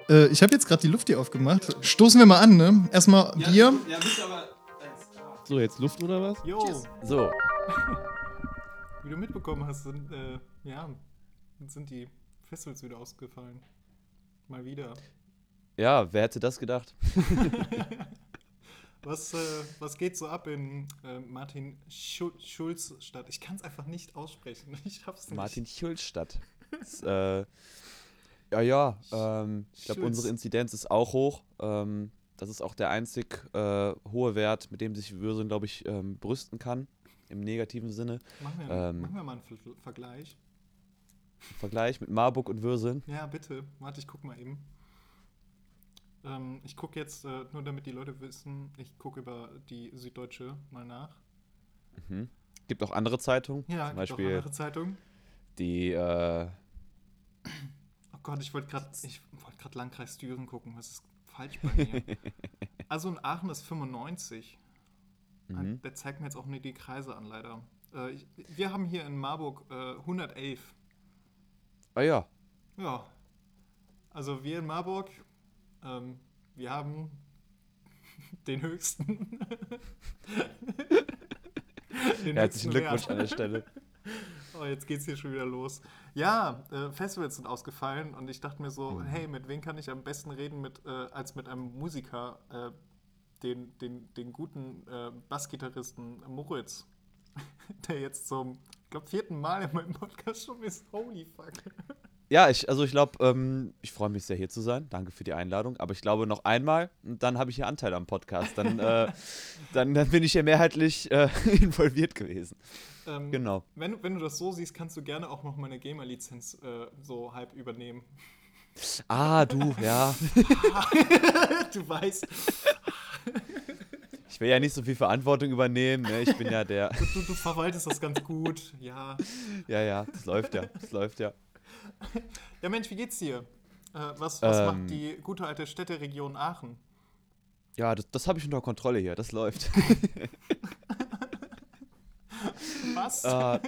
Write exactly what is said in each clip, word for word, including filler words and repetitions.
Äh, ich habe jetzt gerade die Luft hier aufgemacht. Stoßen wir mal an, ne? Erstmal Ja, Bier. Ja, bist aber. So, jetzt Luft oder was? Jo, So. wie du mitbekommen hast, sind, äh, ja, sind die Festivals wieder ausgefallen. Mal wieder. Ja, wer hätte das gedacht? Was, äh, was geht so ab in äh, Martin Schul- Schulz Stadt? Ich kann es einfach nicht aussprechen. Ich hab's nicht. Martin Schulz-Stadt. Das, äh, ja, ja. Ähm, ich glaube, Schulz. unsere Inzidenz ist auch hoch. Ähm, das ist auch der einzig äh, hohe Wert, mit dem sich Würselen, glaube ich, ähm, brüsten kann. Im negativen Sinne. Machen wir, Ähm, machen wir mal einen Ver- Vergleich. Im Vergleich mit Marburg und Würselen. Ja, bitte. Warte, ich guck mal eben. Ähm, ich gucke jetzt, äh, nur damit die Leute wissen, ich gucke über die Süddeutsche mal nach. Mhm. Gibt auch andere Zeitungen. Ja, Zum gibt auch Beispiel andere Zeitungen. die, äh, Oh Gott, ich wollte gerade ich wollte gerade Landkreis Düren gucken. Was ist falsch bei mir? Also in Aachen ist fünfundneunzig. mhm. Der zeigt mir jetzt auch nur die Kreise an, leider. Äh, ich, wir haben hier in Marburg äh, hundertelf. Ah ja. Ja. Also wir in Marburg, ähm, wir haben den höchsten. den Herzlichen höchsten Glückwunsch Wert. an der Stelle. Oh, jetzt geht's hier schon wieder los. Ja, äh, Festivals sind ausgefallen und ich dachte mir so, Mhm. hey, mit wem kann ich am besten reden mit, äh, als mit einem Musiker, äh, den, den, den guten äh, Bassgitarristen Moritz, der jetzt zum, ich glaube, vierten Mal in meinem Podcast schon ist. Holy fuck. Ja, ich, also ich glaube, ähm, ich freue mich sehr, hier zu sein. Danke für die Einladung. Aber ich glaube, noch einmal und dann habe ich hier Anteil am Podcast. Dann, äh, dann, dann bin ich hier mehrheitlich äh, involviert gewesen. Ähm, Genau. Wenn, wenn du das so siehst, kannst du gerne auch noch meine Gamer-Lizenz äh, so halb übernehmen. Ah, du, ja. Du weißt, Ich will ja nicht so viel Verantwortung übernehmen. Ne? Ich bin ja der. du, du verwaltest das ganz gut. Ja. Ja, ja, das läuft ja. Das läuft ja. Ja, Mensch, wie geht's dir? Äh, was was Ähm. macht die gute alte Städteregion Aachen? Ja, das, das habe ich unter Kontrolle hier. Das läuft. Was? äh,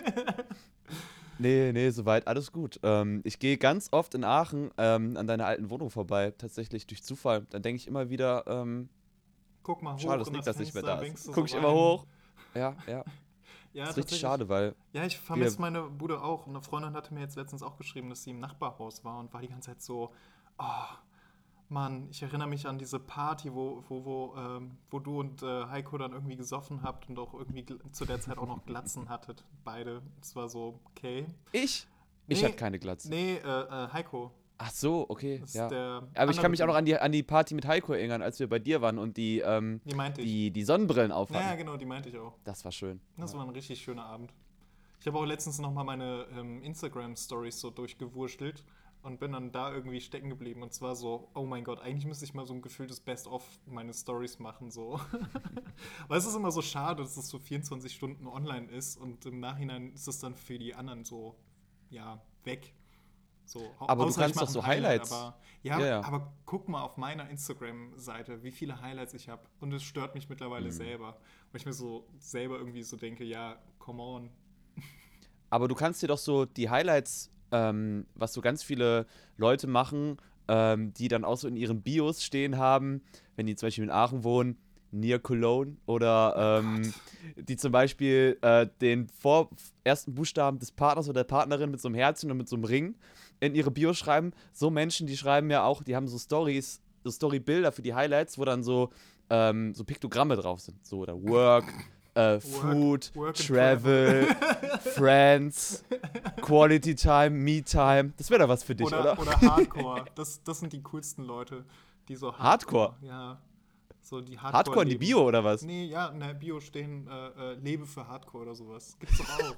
nee, nee, soweit alles gut. Ähm, ich gehe ganz oft in Aachen ähm, an deiner alten Wohnung vorbei. Tatsächlich durch Zufall. Dann denke ich immer wieder, ähm, Guck mal hoch schade, dass und Nick das das nicht mehr Fenster da winkst ist. du Guck so ich immer rein. hoch. Ja, ja. Ja, Das ist richtig tatsächlich. schade, weil. Ja, ich vermisse Wir- meine Bude auch. Und eine Freundin hatte mir jetzt letztens auch geschrieben, dass sie im Nachbarhaus war und war die ganze Zeit so, oh, Mann, ich erinnere mich an diese Party, wo, wo, wo, ähm, wo du und äh, Heiko dann irgendwie gesoffen habt und auch irgendwie gl- zu der Zeit auch noch Glatzen hattet, beide. Es war so, okay. Ich? Ich Nee, hatte keine Glatze. Nee, äh, äh, Heiko. Ach so, okay. Das ist Ja. der Aber ich andere kann mich auch noch Typ. an die, an die Party mit Heiko erinnern, als wir bei dir waren und die, ähm, Die meinte ich. die, die Sonnenbrillen aufhatten. Ja, genau, die meinte ich auch. Das war schön. Das war ein richtig schöner Abend. Ich habe auch letztens nochmal meine ähm, Instagram-Stories so durchgewurschtelt und bin dann da irgendwie stecken geblieben. Und zwar so, oh mein Gott, eigentlich müsste ich mal so ein gefühltes Best-of meine Stories machen. So. Weil es ist immer so schade, dass es so vierundzwanzig Stunden online ist und im Nachhinein ist es dann für die anderen so, ja, weg. So, au- Aber du außer ich kannst mach doch so ein Highlight, Highlights. Aber, ja, Ja, ja. aber guck mal auf meiner Instagram-Seite, wie viele Highlights ich habe. Und es stört mich mittlerweile Mhm. selber. Weil ich mir so selber irgendwie so denke, ja, come on. Aber du kannst dir doch so die Highlights, ähm, was so ganz viele Leute machen, ähm, die dann auch so in ihren Bios stehen haben, wenn die zum Beispiel in Aachen wohnen, near Cologne oder ähm, die zum Beispiel äh, den vor ersten Buchstaben des Partners oder der Partnerin mit so einem Herzchen und mit so einem Ring in ihre Bio schreiben. So Menschen, die schreiben ja auch, die haben so Stories, so Storybilder für die Highlights, wo dann so, ähm, so Piktogramme drauf sind. So oder Work, äh, Food, Work and Travel, Friends, Quality Time, Me Time. Das wäre doch was für dich, oder? Oder, oder Hardcore. Das, das sind die coolsten Leute, die so Hardcore? Ja. So die Hardcore. Hardcore in die leben. Bio, oder was? Nee, ja, in der Bio stehen äh, äh, Lebe für Hardcore oder sowas. Gibt's doch auch.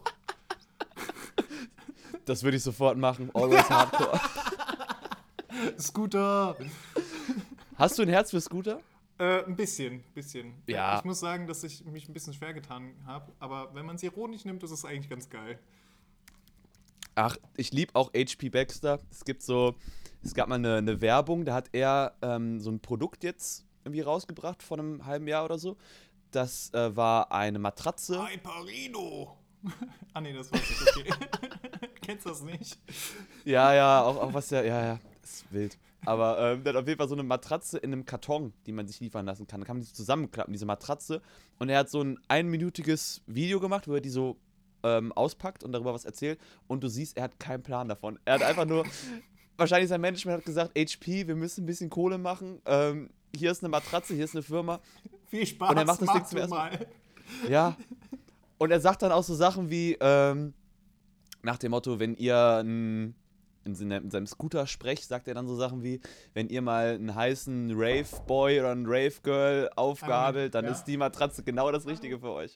Das würde ich sofort machen. Always Hardcore. Scooter! Hast du ein Herz für Scooter? Äh, ein bisschen, bisschen. Ja. Ich muss sagen, dass ich mich ein bisschen schwer getan habe, aber wenn man es ironisch nimmt, ist es eigentlich ganz geil. Ach, ich liebe auch H P Baxter. Es gibt so, es gab mal eine, eine Werbung, da hat er ähm, so ein Produkt jetzt irgendwie rausgebracht vor einem halben Jahr oder so. Das äh, war eine Matratze. Hyperino! ah nee, das war nicht okay. Kennst du das nicht? Ja, ja, auch, auch was ja, ja, ja. Das ist wild. Aber ähm, der hat auf jeden Fall so eine Matratze in einem Karton, die man sich liefern lassen kann. Da kann man die so zusammenklappen, diese Matratze. Und er hat so ein einminütiges Video gemacht, wo er die so ähm, auspackt und darüber was erzählt. Und du siehst, er hat keinen Plan davon. Er hat einfach nur, wahrscheinlich sein Management hat gesagt, H P, wir müssen ein bisschen Kohle machen. Ähm, hier ist eine Matratze, hier ist eine Firma. Viel Spaß, und er macht das Ding zum ersten Mal. Ja. Und er sagt dann auch so Sachen wie, ähm, nach dem Motto, wenn ihr ein In, seinem, in seinem Scooter sprecht, sagt er dann so Sachen wie, wenn ihr mal einen heißen Rave-Boy oder einen Rave-Girl aufgabelt, dann ja. ist die Matratze genau das Richtige für euch.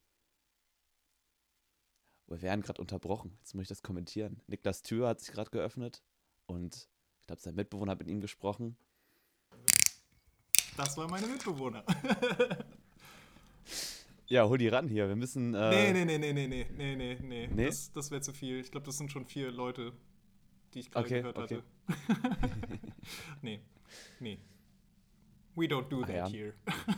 Wir werden gerade unterbrochen. Jetzt muss ich das kommentieren. Niklas Tür hat sich gerade geöffnet und ich glaube, sein Mitbewohner hat mit ihm gesprochen. Das waren meine Mitbewohner. Ja, hol die ran hier. Wir müssen... Äh nee, nee, nee, nee, nee, nee, nee, nee, nee. Das, das wäre zu viel. Ich glaube, das sind schon vier Leute, die ich gerade okay, gehört okay. hatte. nee, nee. We don't do Ach, that ja. here.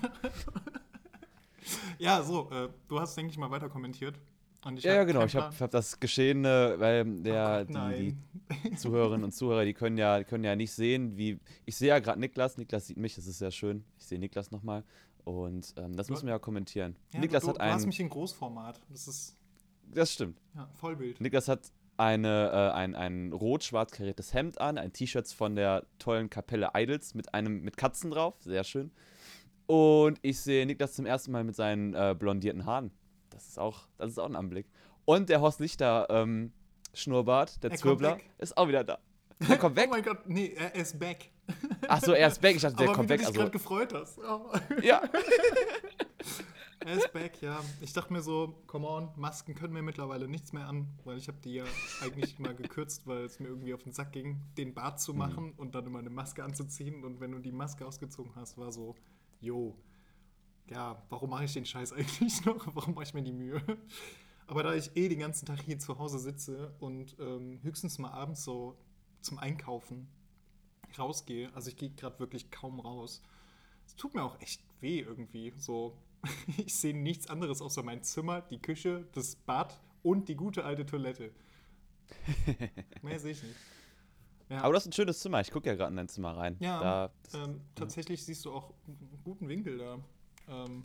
ja, so, äh, du hast, denke ich, mal weiter kommentiert. Und ich ja, hab ja, genau. keinen Ich habe Plan. hab das Geschehene, weil der, Oh Gott, die, nein. die Zuhörerinnen und Zuhörer, die können ja, die können ja nicht sehen, wie... Ich sehe ja gerade Niklas. Niklas sieht mich, das ist sehr schön. Ich sehe Niklas nochmal. Und ähm, das Du- müssen wir ja kommentieren. Ja, Niklas du, hat du hast ein... mich in Großformat. Das ist Das stimmt. ja, Vollbild. Niklas hat eine, äh, ein, ein rot-schwarz kariertes Hemd an, ein T-Shirt von der tollen Kapelle Idols mit einem mit Katzen drauf, sehr schön. Und ich sehe Niklas zum ersten Mal mit seinen äh, blondierten Haaren. Das ist auch, das ist auch ein Anblick. Und der Horst Lichter ähm, Schnurrbart, der Er kommt Zwirbler, weg. ist auch wieder da. Der kommt weg. Oh mein Gott, nee, er ist back. Achso, er ist weg. Ich dachte, der Aber kommt wie du weg. dich Also, gerade gefreut hast. Oh. ja. Er ist back, ja. Ich dachte mir so, come on, Masken können mir mittlerweile nichts mehr an, weil ich habe die ja eigentlich mal gekürzt, weil es mir irgendwie auf den Sack ging, den Bart zu machen mhm. und dann immer eine Maske anzuziehen. Und wenn du die Maske ausgezogen hast, war so, yo, ja, warum mache ich den Scheiß eigentlich noch? Warum mache ich mir die Mühe? Aber da ich eh den ganzen Tag hier zu Hause sitze und ähm, höchstens mal abends so zum Einkaufen rausgehe, also ich gehe gerade wirklich kaum raus, es tut mir auch echt weh irgendwie, so, ich sehe nichts anderes außer mein Zimmer, die Küche, das Bad und die gute alte Toilette. Mehr sehe ich nicht. Ja. Aber du hast ein schönes Zimmer. Ich gucke ja gerade in dein Zimmer rein. Ja, da, das, ähm, tatsächlich ja. Siehst du auch einen guten Winkel da. Ähm,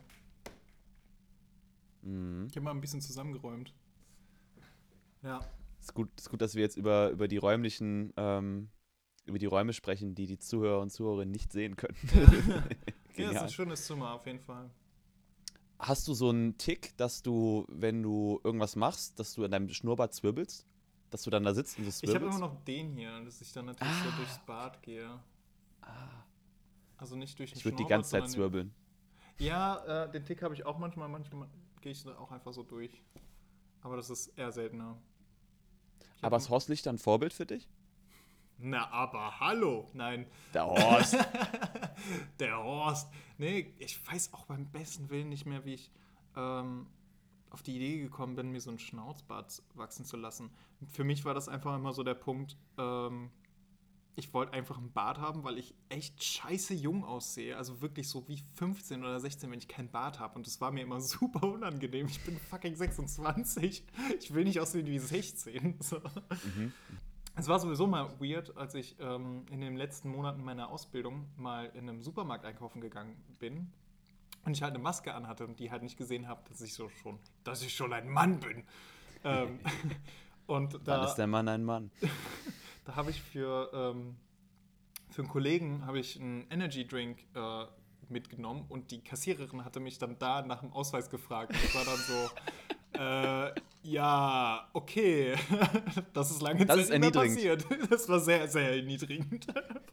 mhm. Ich habe mal ein bisschen zusammengeräumt. Ja. Ist gut, ist gut, dass wir jetzt über, über die räumlichen, ähm, über die Räume sprechen, die die Zuhörer und Zuhörerinnen nicht sehen können. Ja, ja, ist ein schönes Zimmer auf jeden Fall. Hast du so einen Tick, dass du, wenn du irgendwas machst, dass du in deinem Schnurrbart zwirbelst? Dass du dann da sitzt und so zwirbelst? Ich habe immer noch den hier, dass ich dann natürlich ah. so durchs Bad gehe. Ah. Also nicht durch den Ich würde die Schnurrbart, ganze Zeit zwirbeln. Den, ja, äh, den Tick habe ich auch manchmal. Manchmal gehe ich da auch einfach so durch. Aber das ist eher seltener. Aber ist Horst Lichter ein Vorbild für dich? Na, aber hallo. Nein. Der Horst. Der Horst. Nee, ich weiß auch beim besten Willen nicht mehr, wie ich ähm, auf die Idee gekommen bin, mir so ein Schnauzbart wachsen zu lassen. Für mich war das einfach immer so der Punkt, ähm, ich wollte einfach einen Bart haben, weil ich echt scheiße jung aussehe. Also wirklich so wie fünfzehn oder sechzehn, wenn ich keinen Bart habe. Und das war mir immer super unangenehm. Ich bin fucking sechsundzwanzig. Ich will nicht aussehen wie sechzehn. So. Mhm. Es war sowieso mal weird, als ich ähm, in den letzten Monaten meiner Ausbildung mal in einem Supermarkt einkaufen gegangen bin und ich halt eine Maske anhatte und die halt nicht gesehen habe, dass ich so schon, dass ich schon ein Mann bin. ähm, und da, Dann ist der Mann ein Mann. Da habe ich für, ähm, für einen Kollegen habe ich einen Energy Drink äh, mitgenommen und die Kassiererin hatte mich dann da nach dem Ausweis gefragt. Und ich war dann so, äh, ja, okay, das ist lange das Zeit ist nicht mehr passiert. Das war sehr, sehr erniedrigend.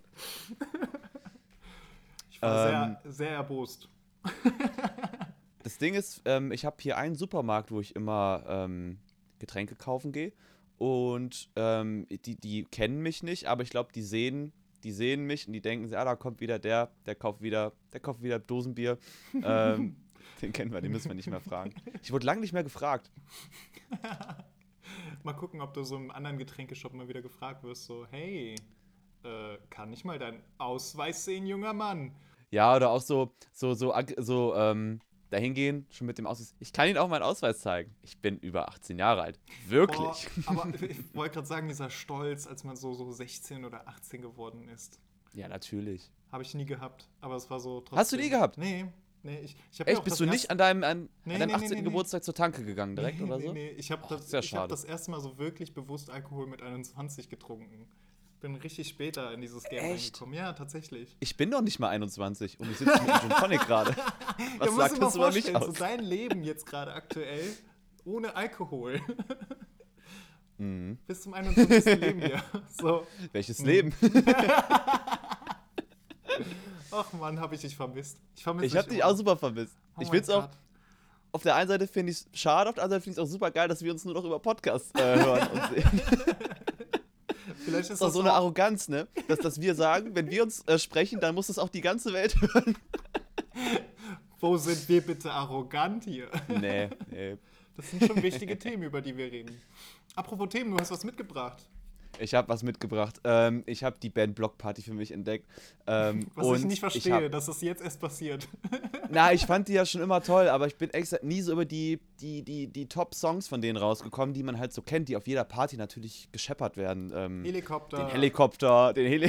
Ich war ähm, sehr, sehr erbost. Das Ding ist, ähm, ich habe hier einen Supermarkt, wo ich immer ähm, Getränke kaufen gehe. Und ähm, die, die kennen mich nicht, aber ich glaube, die sehen, die sehen mich und die denken, ja, da kommt wieder der, der kauft wieder, der kauft wieder Dosenbier. ähm, den kennen wir, den müssen wir nicht mehr fragen. Ich wurde lange nicht mehr gefragt. Mal gucken, ob du so im anderen Getränkeshop mal wieder gefragt wirst, so, hey, äh, kann ich mal deinen Ausweis sehen, junger Mann? Ja, oder auch so, so, so, so, ähm, dahin gehen, schon mit dem Ausweis. Ich kann Ihnen auch meinen Ausweis zeigen. Ich bin über achtzehn Jahre alt. Wirklich. Boah, aber ich wollte gerade sagen, dieser Stolz, als man so, so sechzehn oder achtzehn geworden ist. Ja, natürlich. Habe ich nie gehabt, aber es war so trotzdem. Hast du nie gehabt? Nee, nee. Ich, ich hab Echt, ja auch bist das du nicht erste- an deinem, an, Nee, an deinem nee, nee, achtzehnten nee, nee. Geburtstag zur Tanke gegangen direkt nee, oder nee, so? Nee, ich habe Och, das, das ist ja ich hab schade. das erste Mal so wirklich bewusst Alkohol mit einundzwanzig getrunken. Bin richtig später in dieses Game Echt? reingekommen. Ja, tatsächlich. Ich bin doch nicht mal einundzwanzig und ich sitze mit einem Gin Tonic gerade. Was ja, musst sagt du mal das über mich vorstellen, aus? so dein Leben jetzt gerade aktuell ohne Alkohol. Mhm. Bis zum einundzwanzigsten Lebensjahr. So. Welches Mhm. Leben? Ach Mann, habe ich dich vermisst. Ich vermisse Ich hab dich auch super vermisst. Oh ich mein find's auch, Gott. auf der einen Seite finde ich es schade, auf der anderen Seite finde ich es auch super geil, dass wir uns nur noch über Podcasts äh, hören und sehen. Vielleicht Das ist ist doch das so eine auch, Arroganz, ne? Dass, dass wir sagen, wenn wir uns äh, sprechen, dann muss das auch die ganze Welt hören. wo sind wir bitte arrogant hier? Nee, nee. Das sind schon wichtige Themen, über die wir reden. Apropos Themen, du hast was mitgebracht. Ich habe was mitgebracht. Ähm, ich habe die Band Block Party für mich entdeckt. Ähm, Was und ich nicht verstehe, hab- dass das jetzt erst passiert. Na, ich fand die ja schon immer toll, aber ich bin ehrlich gesagt nie so über die, die, die, die Top-Songs von denen rausgekommen, die man halt so kennt, die auf jeder Party natürlich gescheppert werden. Ähm, Helikopter. Den Helikopter, den Heli...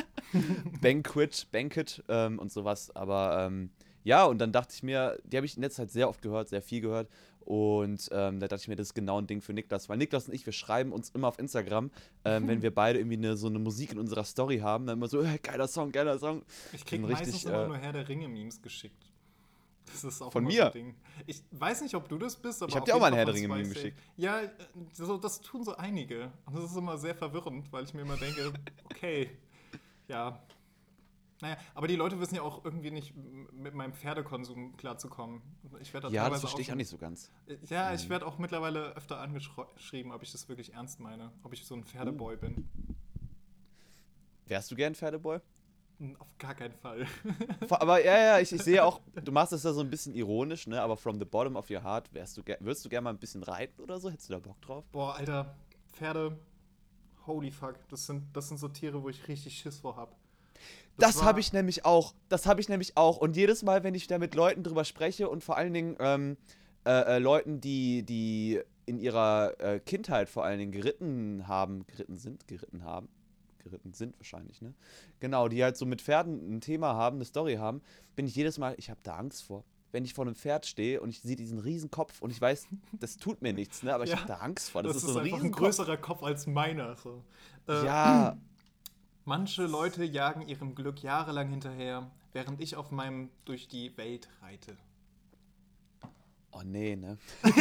Banquet, Banquet ähm, und sowas. Aber ähm, ja, und dann dachte ich mir, die habe ich in letzter Zeit sehr oft gehört, sehr viel gehört. Und ähm, da dachte ich mir, das ist genau ein Ding für Niklas. Weil Niklas und ich, wir schreiben uns immer auf Instagram, ähm, wenn wir beide irgendwie eine, so eine Musik in unserer Story haben, dann immer so, hey, geiler Song, geiler Song. Ich krieg Sind meistens richtig, immer äh, nur Herr der Ringe-Memes geschickt. Das ist auch Von immer mir? so ein Ding. Ich weiß nicht, ob du das bist, aber Ich hab auf dir auch jeden mal ein Fall Herr der von Ringe-Meme Spice geschickt. Age. Ja, äh, so, das tun so einige. Und das ist immer sehr verwirrend, weil ich mir immer denke, okay, ja. Naja, aber die Leute wissen ja auch irgendwie nicht, m- mit meinem Pferdekonsum klarzukommen. Ich werde da Ja, das teilweise verstehe ich auch schon- nicht so ganz. Ja, ich werde auch mittlerweile öfter angeschrieben, ob ich das wirklich ernst meine. Ob ich so ein Pferdeboy Uh. bin. Wärst du gern Pferdeboy? Hm, Auf gar keinen Fall. Aber ja, ja, ich, ich sehe auch, du machst das ja so ein bisschen ironisch, ne? Aber from the bottom of your heart, wärst du ger- würdest du gerne mal ein bisschen reiten oder so? Hättest du da Bock drauf? Boah, Alter, Pferde, holy fuck. Das sind, das sind so Tiere, wo ich richtig Schiss vor hab. Das, war- habe ich nämlich auch. Das habe ich nämlich auch. Und jedes Mal, wenn ich da mit Leuten drüber spreche und vor allen Dingen ähm, äh, äh, Leuten, die, die in ihrer äh, Kindheit vor allen Dingen geritten haben, geritten sind, geritten haben, geritten sind wahrscheinlich, ne? Genau, die halt so mit Pferden ein Thema haben, eine Story haben, bin ich jedes Mal, ich habe da Angst vor. Wenn ich vor einem Pferd stehe und ich sehe diesen riesen Kopf und ich weiß, das tut mir nichts, ne? Aber ich Ja, habe da Angst vor. Das, Das, ist ist, so ein einfach ein riesen größerer Kopf als meiner. So. Äh, Ja, Manche Leute jagen ihrem Glück jahrelang hinterher, während ich auf meinem durch die Welt reite. oh nee, ne?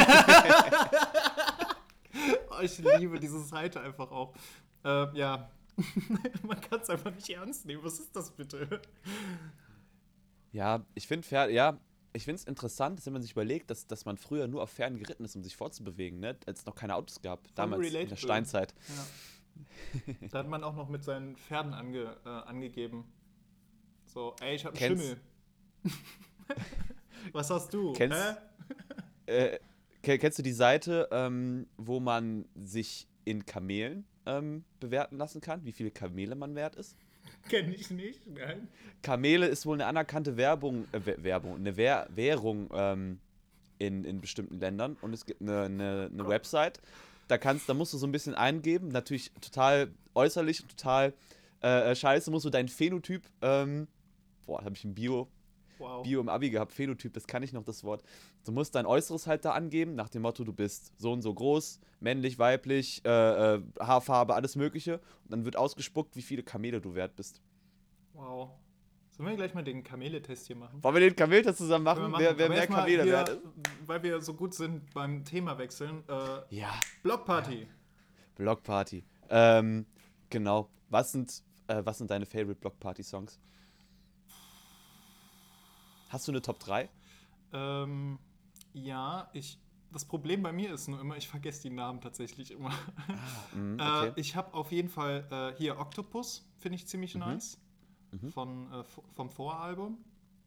Oh, ich liebe diese Seite einfach auch. Äh, ja, man kann es einfach nicht ernst nehmen. Was ist das bitte? Ja, ich finde Pferde, ja, ich finde es interessant, dass wenn man sich überlegt, dass, dass man früher nur auf Pferden geritten ist, um sich fortzubewegen, ne? Als es noch keine Autos gab, damals in der relatable. Steinzeit. Ja. Da hat man auch noch mit seinen Pferden ange, äh, angegeben. So, ey, ich hab einen Kennst- Schimmel. Was hast du? Kennst- Hä? Äh, ke- kennst du die Seite, ähm, wo man sich in Kamelen ähm, bewerten lassen kann, wie viele Kamele man wert ist? Kenn ich nicht, nein. Kamele ist wohl eine anerkannte Werbung, äh, We- Werbung, eine Währ Währung ähm, in, in bestimmten Ländern und es gibt eine, eine, eine Website, da kannst, da musst du so ein bisschen eingeben, natürlich total äußerlich und total äh, scheiße, musst du deinen Phänotyp, ähm, boah, da habe ich ein Bio, Wow. Bio im Abi gehabt, Phänotyp, das kann ich noch, das Wort. Du musst dein Äußeres halt da angeben, nach dem Motto, du bist so und so groß, männlich, weiblich, äh, äh, Haarfarbe, alles mögliche und dann wird ausgespuckt, wie viele Kamele du wert bist. Wow. Sollen wir gleich mal den Kamele-Test hier machen? Wollen wir den Kameltest zusammen machen? Können wir Wer, wer Aber mehr erstmal Kamele hier, wert ist? weil wir so gut sind beim Thema wechseln. Äh, Ja, Blockparty. Blockparty. Ähm, genau. Was sind, äh, was sind deine Favorite Blockparty-Songs? Hast du eine Top drei? Ähm, ja, ich. Das Problem bei mir ist nur immer, ich vergesse die Namen tatsächlich immer. Mhm, Äh, okay. ich habe auf jeden Fall äh, hier Octopus, finde ich ziemlich Mhm. nice. Mhm. Von, äh, v- vom Voralbum.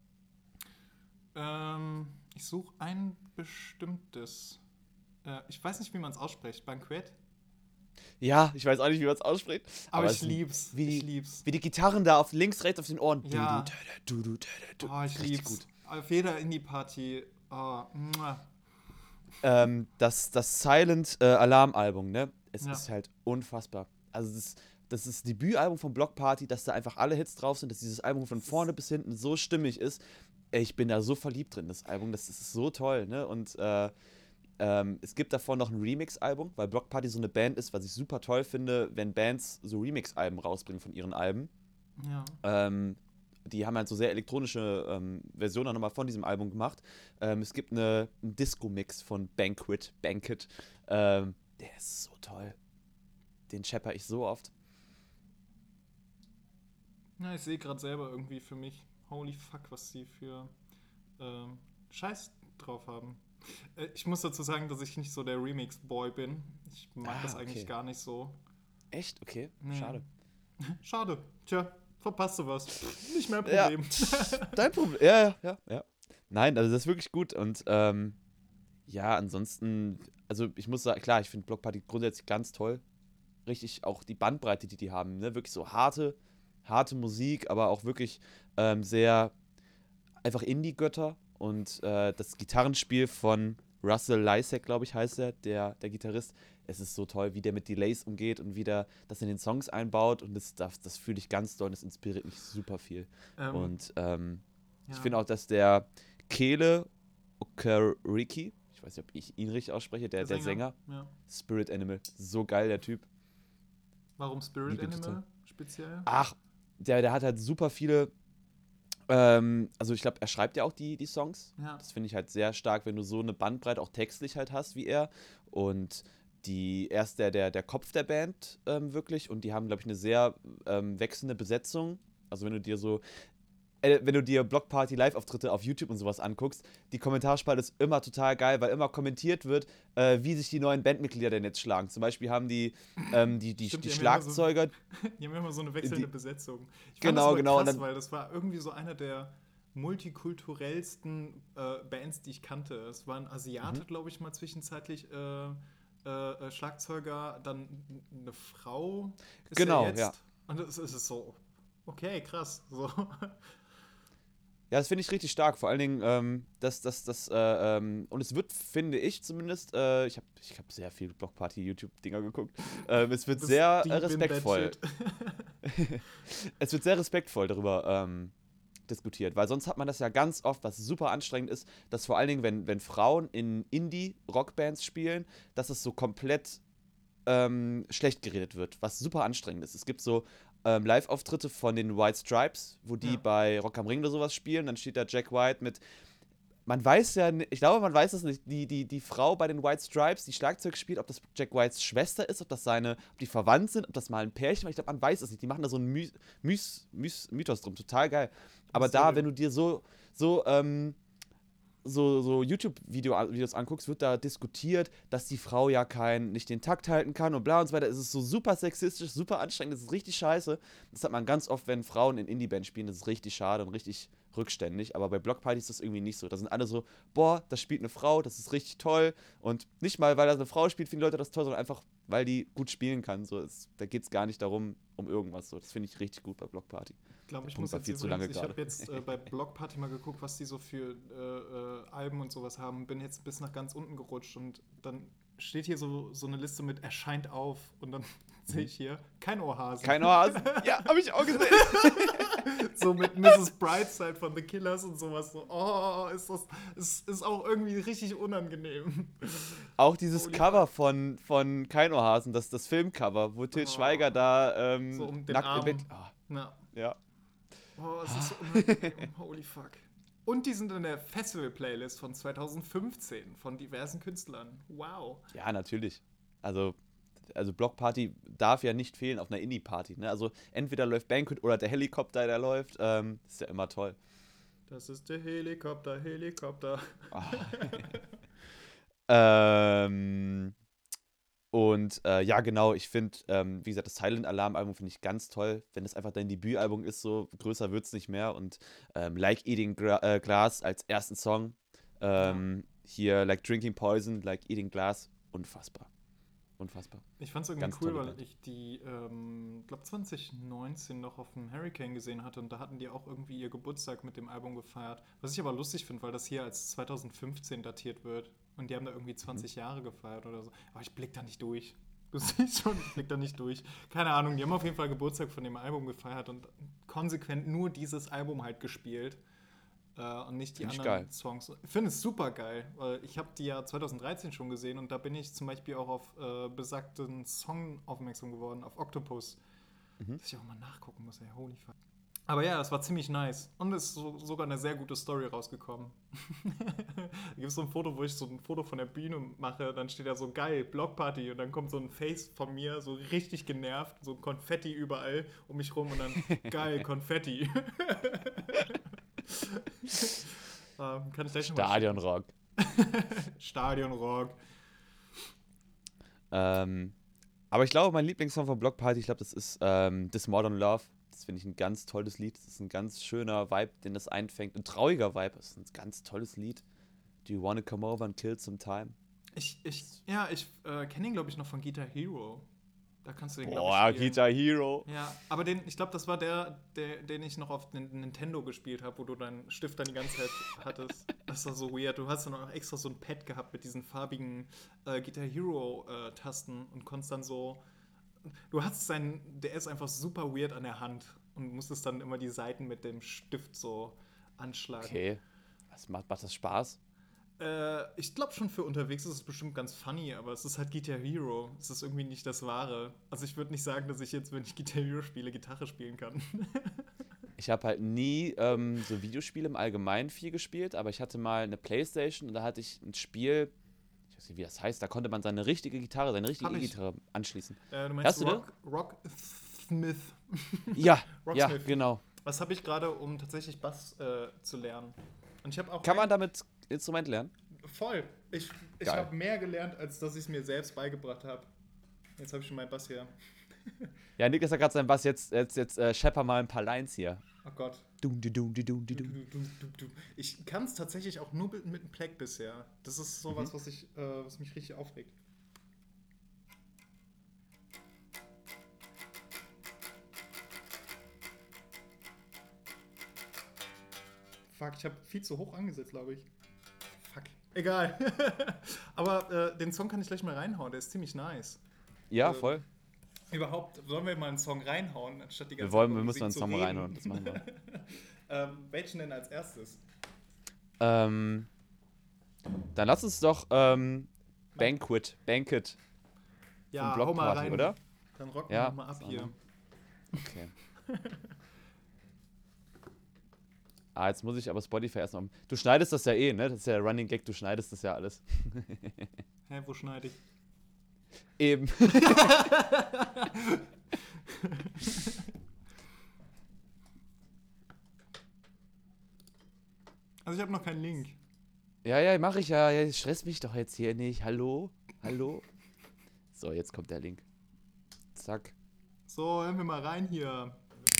Ähm, ich suche ein bestimmtes. Äh, ich weiß nicht, wie man es ausspricht. Banquet? Ja, ich weiß auch nicht, wie man es ausspricht. Aber, es ich sind- lieb's. Wie die, ich lieb's. Wie die Gitarren da auf links, rechts auf den Ohren. Ja. Du, du, du, du, du, du, du. Oh, ich Richtig lieb's. gut. Auf jeder Indie-Party Oh, muah. Ähm, das, das Silent äh, Alarm-Album, ne? Es Ja. ist halt unfassbar. Also das, das ist das Debütalbum von Block Party, dass da einfach alle Hits drauf sind, dass dieses Album von Das ist- vorne bis hinten so stimmig ist. Ey, ich bin da so verliebt drin, das Album, das ist so toll, ne? Und äh, ähm, es gibt davon noch ein Remix-Album, weil Block Party so eine Band ist, was ich super toll finde, wenn Bands so Remix-Alben rausbringen von ihren Alben. Ja. Ähm, die haben halt so sehr elektronische ähm, Versionen auch nochmal von diesem Album gemacht. Ähm, es gibt eine, einen Disco-Mix von Banquet, Banquet. Ähm, der ist so toll. Den schepper ich so oft. Ja, ich sehe gerade selber irgendwie für mich, holy fuck, was sie für ähm, Scheiß drauf haben. Äh, ich muss dazu sagen, dass ich nicht so der Remix-Boy bin. Ich mag Ah, das eigentlich okay. gar nicht so. Echt? Okay, Nee. schade. Schade. Tja, verpasst du was. Pff, nicht mein Ja. Problem. Dein Problem. Ja, ja, ja, ja. Nein, also das ist wirklich gut. Und ähm, ja, ansonsten, also ich muss sagen, klar, ich finde Block Party grundsätzlich ganz toll. Richtig auch die Bandbreite, die die haben, ne? Wirklich so harte, harte Musik, aber auch wirklich ähm, sehr einfach Indie-Götter. Und äh, das Gitarrenspiel von Russell Lysek, glaube ich, heißt er, der, der Gitarrist. Es ist so toll, wie der mit Delays umgeht und wie der das in den Songs einbaut. Und das, das, das fühle ich ganz doll und das inspiriert mich super viel. ähm, Und ähm, ja. ich finde auch, dass der Kele Okereke, ich weiß nicht, ob ich ihn richtig ausspreche, der, der Sänger, Ja. Spirit Animal, so geil, der Typ. Warum Spirit Liebe Animal total. speziell? Ach, der, der hat halt super viele. Ähm, also ich glaube, er schreibt ja auch die, die Songs. Ja. Das finde ich halt sehr stark, wenn du so eine Bandbreite auch textlich halt hast wie er. Und die, er ist der, der, der Kopf der Band ähm, wirklich. Und die haben, glaube ich, eine sehr ähm, wechselnde Besetzung. Also wenn du dir so, äh, wenn du dir Block Party Live-Auftritte auf YouTube und sowas anguckst, die Kommentarspalte ist immer total geil, weil immer kommentiert wird, äh, wie sich die neuen Bandmitglieder denn jetzt schlagen. Zum Beispiel haben die, ähm, die, die, Stimmt, die die haben ja immer so- Schlagzeuger, Die haben immer so eine wechselnde Die- Besetzung. Ich Genau, fand das aber genau, und krass, dann- weil das war irgendwie so einer der multikulturellsten äh, Bands, die ich kannte. Es war ein Asiate, Mhm. glaube ich, mal zwischenzeitlich äh, äh, äh, Schlagzeuger, dann eine Frau ist Genau, er jetzt. ja. Und es ist so, okay, krass. So. Ja, das finde ich richtig stark. Vor allen Dingen, ähm, das, das, das, äh, ähm, und es wird, finde ich zumindest, äh, ich habe ich hab sehr viel Blockparty-YouTube-Dinger geguckt, ähm, es wird Bist sehr deep äh, in that respektvoll. shit. Es wird sehr respektvoll darüber ähm, diskutiert, weil sonst hat man das ja ganz oft, was super anstrengend ist, dass vor allen Dingen, wenn, wenn Frauen in Indie-Rockbands spielen, dass es so komplett ähm, schlecht geredet wird, was super anstrengend ist. Es gibt so ähm, Live-Auftritte von den White Stripes, wo die Ja. bei Rock am Ring oder sowas spielen. Dann steht da Jack White mit. Man weiß ja, ni- ich glaube, man weiß es nicht. Die, die, die Frau bei den White Stripes, die Schlagzeug spielt, ob das Jack Whites Schwester ist, ob das seine, ob die verwandt sind, ob das mal ein Pärchen war. Ich glaube, man weiß es nicht. Die machen da so einen My Mys Mys Mythos drum. Total geil. Aber da, Mysterium. wenn du dir so, so, ähm, so, so YouTube-Videos anguckst, wird da diskutiert, dass die Frau ja kein, nicht den Takt halten kann und bla und so weiter. Es ist so super sexistisch, super anstrengend, das ist richtig scheiße. Das hat man ganz oft, wenn Frauen in Indie-Bands spielen, das ist richtig schade und richtig rückständig. Aber bei Blockparty ist das irgendwie nicht so. Da sind alle so, boah, das spielt eine Frau, das ist richtig toll. Und nicht mal, weil das eine Frau spielt, finden die Leute das toll, sondern einfach, weil die gut spielen kann. So, es, da geht es gar nicht darum, um irgendwas. So. Das finde ich richtig gut bei Blockparty. Ich glaube, ich Punkt muss war jetzt viel zu übrigens, lange ich habe gerade. jetzt äh, bei Blockparty mal geguckt, was die so für äh, äh, Alben und sowas haben. Bin jetzt bis nach ganz unten gerutscht und dann steht hier so, so eine Liste mit erscheint auf und dann sehe ich hier kein Ohrhasen. Kein Ohrhasen. Ja, habe ich auch gesehen. So mit Missus Brightside von The Killers und sowas. So, oh, ist das ist, ist auch irgendwie richtig unangenehm. Auch dieses Holy Cover von, von Kein Ohrhasen, das, das Filmcover, wo Til Oh. Schweiger da ähm, So um den nackt Arm. im Bett. Ah, Na, ja. oh, es ist so unangenehm. Holy fuck. Und die sind in der Festival-Playlist von zwanzig fünfzehn von diversen Künstlern. Wow. ja, natürlich. Also, also Blockparty darf ja nicht fehlen auf einer Indie-Party. Ne? Also entweder läuft Banquet oder der Helikopter, der läuft. Ähm, ist ja immer toll. Das ist der Helikopter, Helikopter. Ah. ähm, und äh, ja, genau, ich finde, ähm, wie gesagt, das Silent Alarm-Album finde ich ganz toll. Wenn es einfach dein Debütalbum ist, so größer wird es nicht mehr. Und ähm, Like Eating Gra äh, Glass als ersten Song. Ähm, Hier Like Drinking Poison, Like Eating Glass, unfassbar. unfassbar. Ich fand es irgendwie Ganz cool, tolle weil Band. ich die, ähm, glaube zwanzig neunzehn noch auf dem Hurricane gesehen hatte und da hatten die auch irgendwie ihr Geburtstag mit dem Album gefeiert. Was ich aber lustig finde, weil das hier als zwanzig fünfzehn datiert wird und die haben da irgendwie zwanzig Jahre gefeiert oder so. Aber ich blick da nicht durch. Du siehst schon, ich blick da nicht durch. Keine Ahnung, die haben auf jeden Fall Geburtstag von dem Album gefeiert und konsequent nur dieses Album halt gespielt. Äh, und nicht die Find ich anderen geil. Songs. Ich finde es super geil, weil ich habe die ja zwanzig dreizehn schon gesehen und da bin ich zum Beispiel auch auf äh, besagten Song aufmerksam geworden, auf Octopus. Mhm. Dass ich auch mal nachgucken muss, ey, holy fuck. Aber ja, es war ziemlich nice. Und es ist so, sogar eine sehr gute Story rausgekommen. Da gibt es so ein Foto, wo ich so ein Foto von der Bühne mache, dann steht da so geil, Blockparty und dann kommt so ein Face von mir, so richtig genervt, so Konfetti überall um mich rum und dann geil, Konfetti. ähm, kann ich gleich noch mal Stadionrock. schicken. Stadionrock. Ähm, aber ich glaube, mein Lieblingssong von Block Party, ich glaube, das ist ähm, This Modern Love. Das finde ich ein ganz tolles Lied. Das ist ein ganz schöner Vibe, den das einfängt. Ein trauriger Vibe. Das ist ein ganz tolles Lied. Do you wanna come over and kill some time? Ich, ich, ja, ich äh, kenne ihn, glaube ich, noch von Guitar Hero. Da kannst du den, glaube Boah, ich, spielen. Guitar Hero. Ja, aber den, ich glaube, das war der, der, den ich noch auf Nin- Nintendo gespielt habe, wo du deinen Stift dann die ganze Zeit hattest. Das war so weird. Du hast dann auch extra so ein Pad gehabt mit diesen farbigen äh, Guitar Hero äh, Tasten und konntest dann so. Du hast seinen, der ist einfach super weird an der Hand und musstest dann immer die Seiten mit dem Stift so anschlagen. Okay. Was macht, macht das Spaß? Äh, ich glaube schon für unterwegs ist es bestimmt ganz funny, aber es ist halt Guitar Hero. Es ist irgendwie nicht das Wahre. Also ich würde nicht sagen, dass ich jetzt, wenn ich Guitar Hero spiele, Gitarre spielen kann. Ich habe halt nie ähm, so Videospiele im Allgemeinen viel gespielt, aber ich hatte mal eine Playstation und da hatte ich ein Spiel, ich weiß nicht, wie das heißt, da konnte man seine richtige Gitarre, seine richtige Hab ich. E-Gitarre anschließen. Äh, du meinst Hast du Rock, Rock Smith. Ja, ja, Rocksmith. genau. Was habe ich gerade, um tatsächlich Bass äh, zu lernen? Und ich habe auch Kann man ein- damit Instrument lernen? voll. Ich, ich Geil. habe mehr gelernt, als dass ich es mir selbst beigebracht habe. Jetzt habe ich schon meinen Bass hier. Ja, Niklas hat gerade seinen Bass, jetzt, jetzt, jetzt äh, schepper mal ein paar Lines hier. Oh Gott. Dum, di, dum, di, dum, di, Du, dum. du, du, du, du. Ich kann es tatsächlich auch nur mit, mit einem Pleck bisher. Das ist sowas, was, ich, äh, was mich richtig aufregt. Fuck, ich habe viel zu hoch angesetzt, glaube ich. Fuck. Egal. Aber äh, den Song kann ich gleich mal reinhauen, der ist ziemlich nice. Ja, Ähm, voll. Überhaupt, sollen wir mal einen Song reinhauen, anstatt die ganze Wir, wollen, Zeit wir über müssen Musik einen zu Song reden? reinhauen. Das machen wir. ähm, welchen denn als erstes? ähm, dann lass uns doch ähm, Banquet, Banquet Ja, von hau Block mal Party, rein. oder? Dann rocken Ja, wir mal ab das hier. andere. Okay. Ah, jetzt muss ich aber Spotify erstmal. Du schneidest das ja eh, ne? Das ist ja der Running Gag, du schneidest das ja alles. Hä, wo schneide ich? Eben. Also ich habe noch keinen Link. Ja, ja, mach ich ja. ja. Stress mich doch jetzt hier nicht. Hallo? Hallo? So, jetzt kommt der Link. Zack. So, hören wir mal rein hier.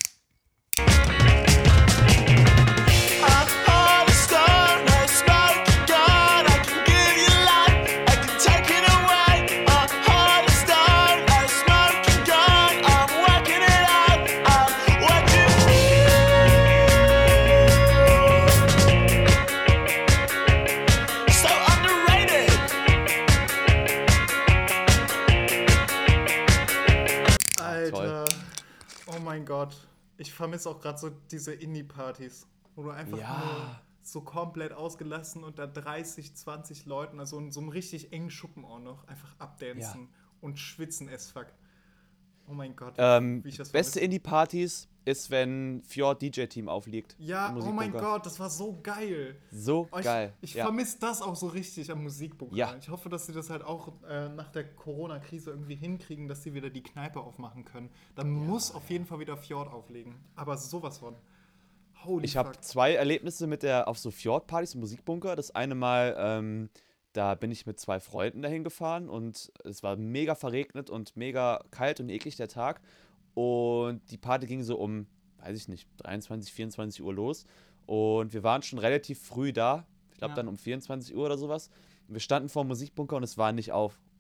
Alter. Oh mein Gott. Ich vermisse auch gerade so diese Indie-Partys, wo du einfach Ja. nur so komplett ausgelassen unter dreißig, zwanzig Leuten, also in so einem richtig engen Schuppen auch noch, einfach abdancen und schwitzen as fuck. Oh mein Gott, Ähm, wie ich das beste vermisse. Indie-Partys ist, wenn Fjord D J-Team aufliegt. Ja, im oh mein Musikbunker. Gott, das war so geil. So Oh, ich geil. ich ja. vermisse das auch so richtig am Musikbunker. Ja. Ich hoffe, dass sie das halt auch äh, nach der Corona-Krise irgendwie hinkriegen, dass sie wieder die Kneipe aufmachen können. Dann muss auf jeden Fall wieder Fjord auflegen. Aber sowas von. Holy Ich habe fuck. zwei Erlebnisse mit der auf so Fjord-Partys im Musikbunker. Das eine Mal, ähm, da bin ich mit zwei Freunden dahin gefahren und es war mega verregnet und mega kalt und eklig der Tag. Und die Party ging so um, weiß ich nicht, dreiundzwanzig, vierundzwanzig Uhr los. Und wir waren schon relativ früh da. Ich glaube Ja. dann um vierundzwanzig Uhr oder sowas. Und wir standen vor dem Musikbunker und es war nicht auf.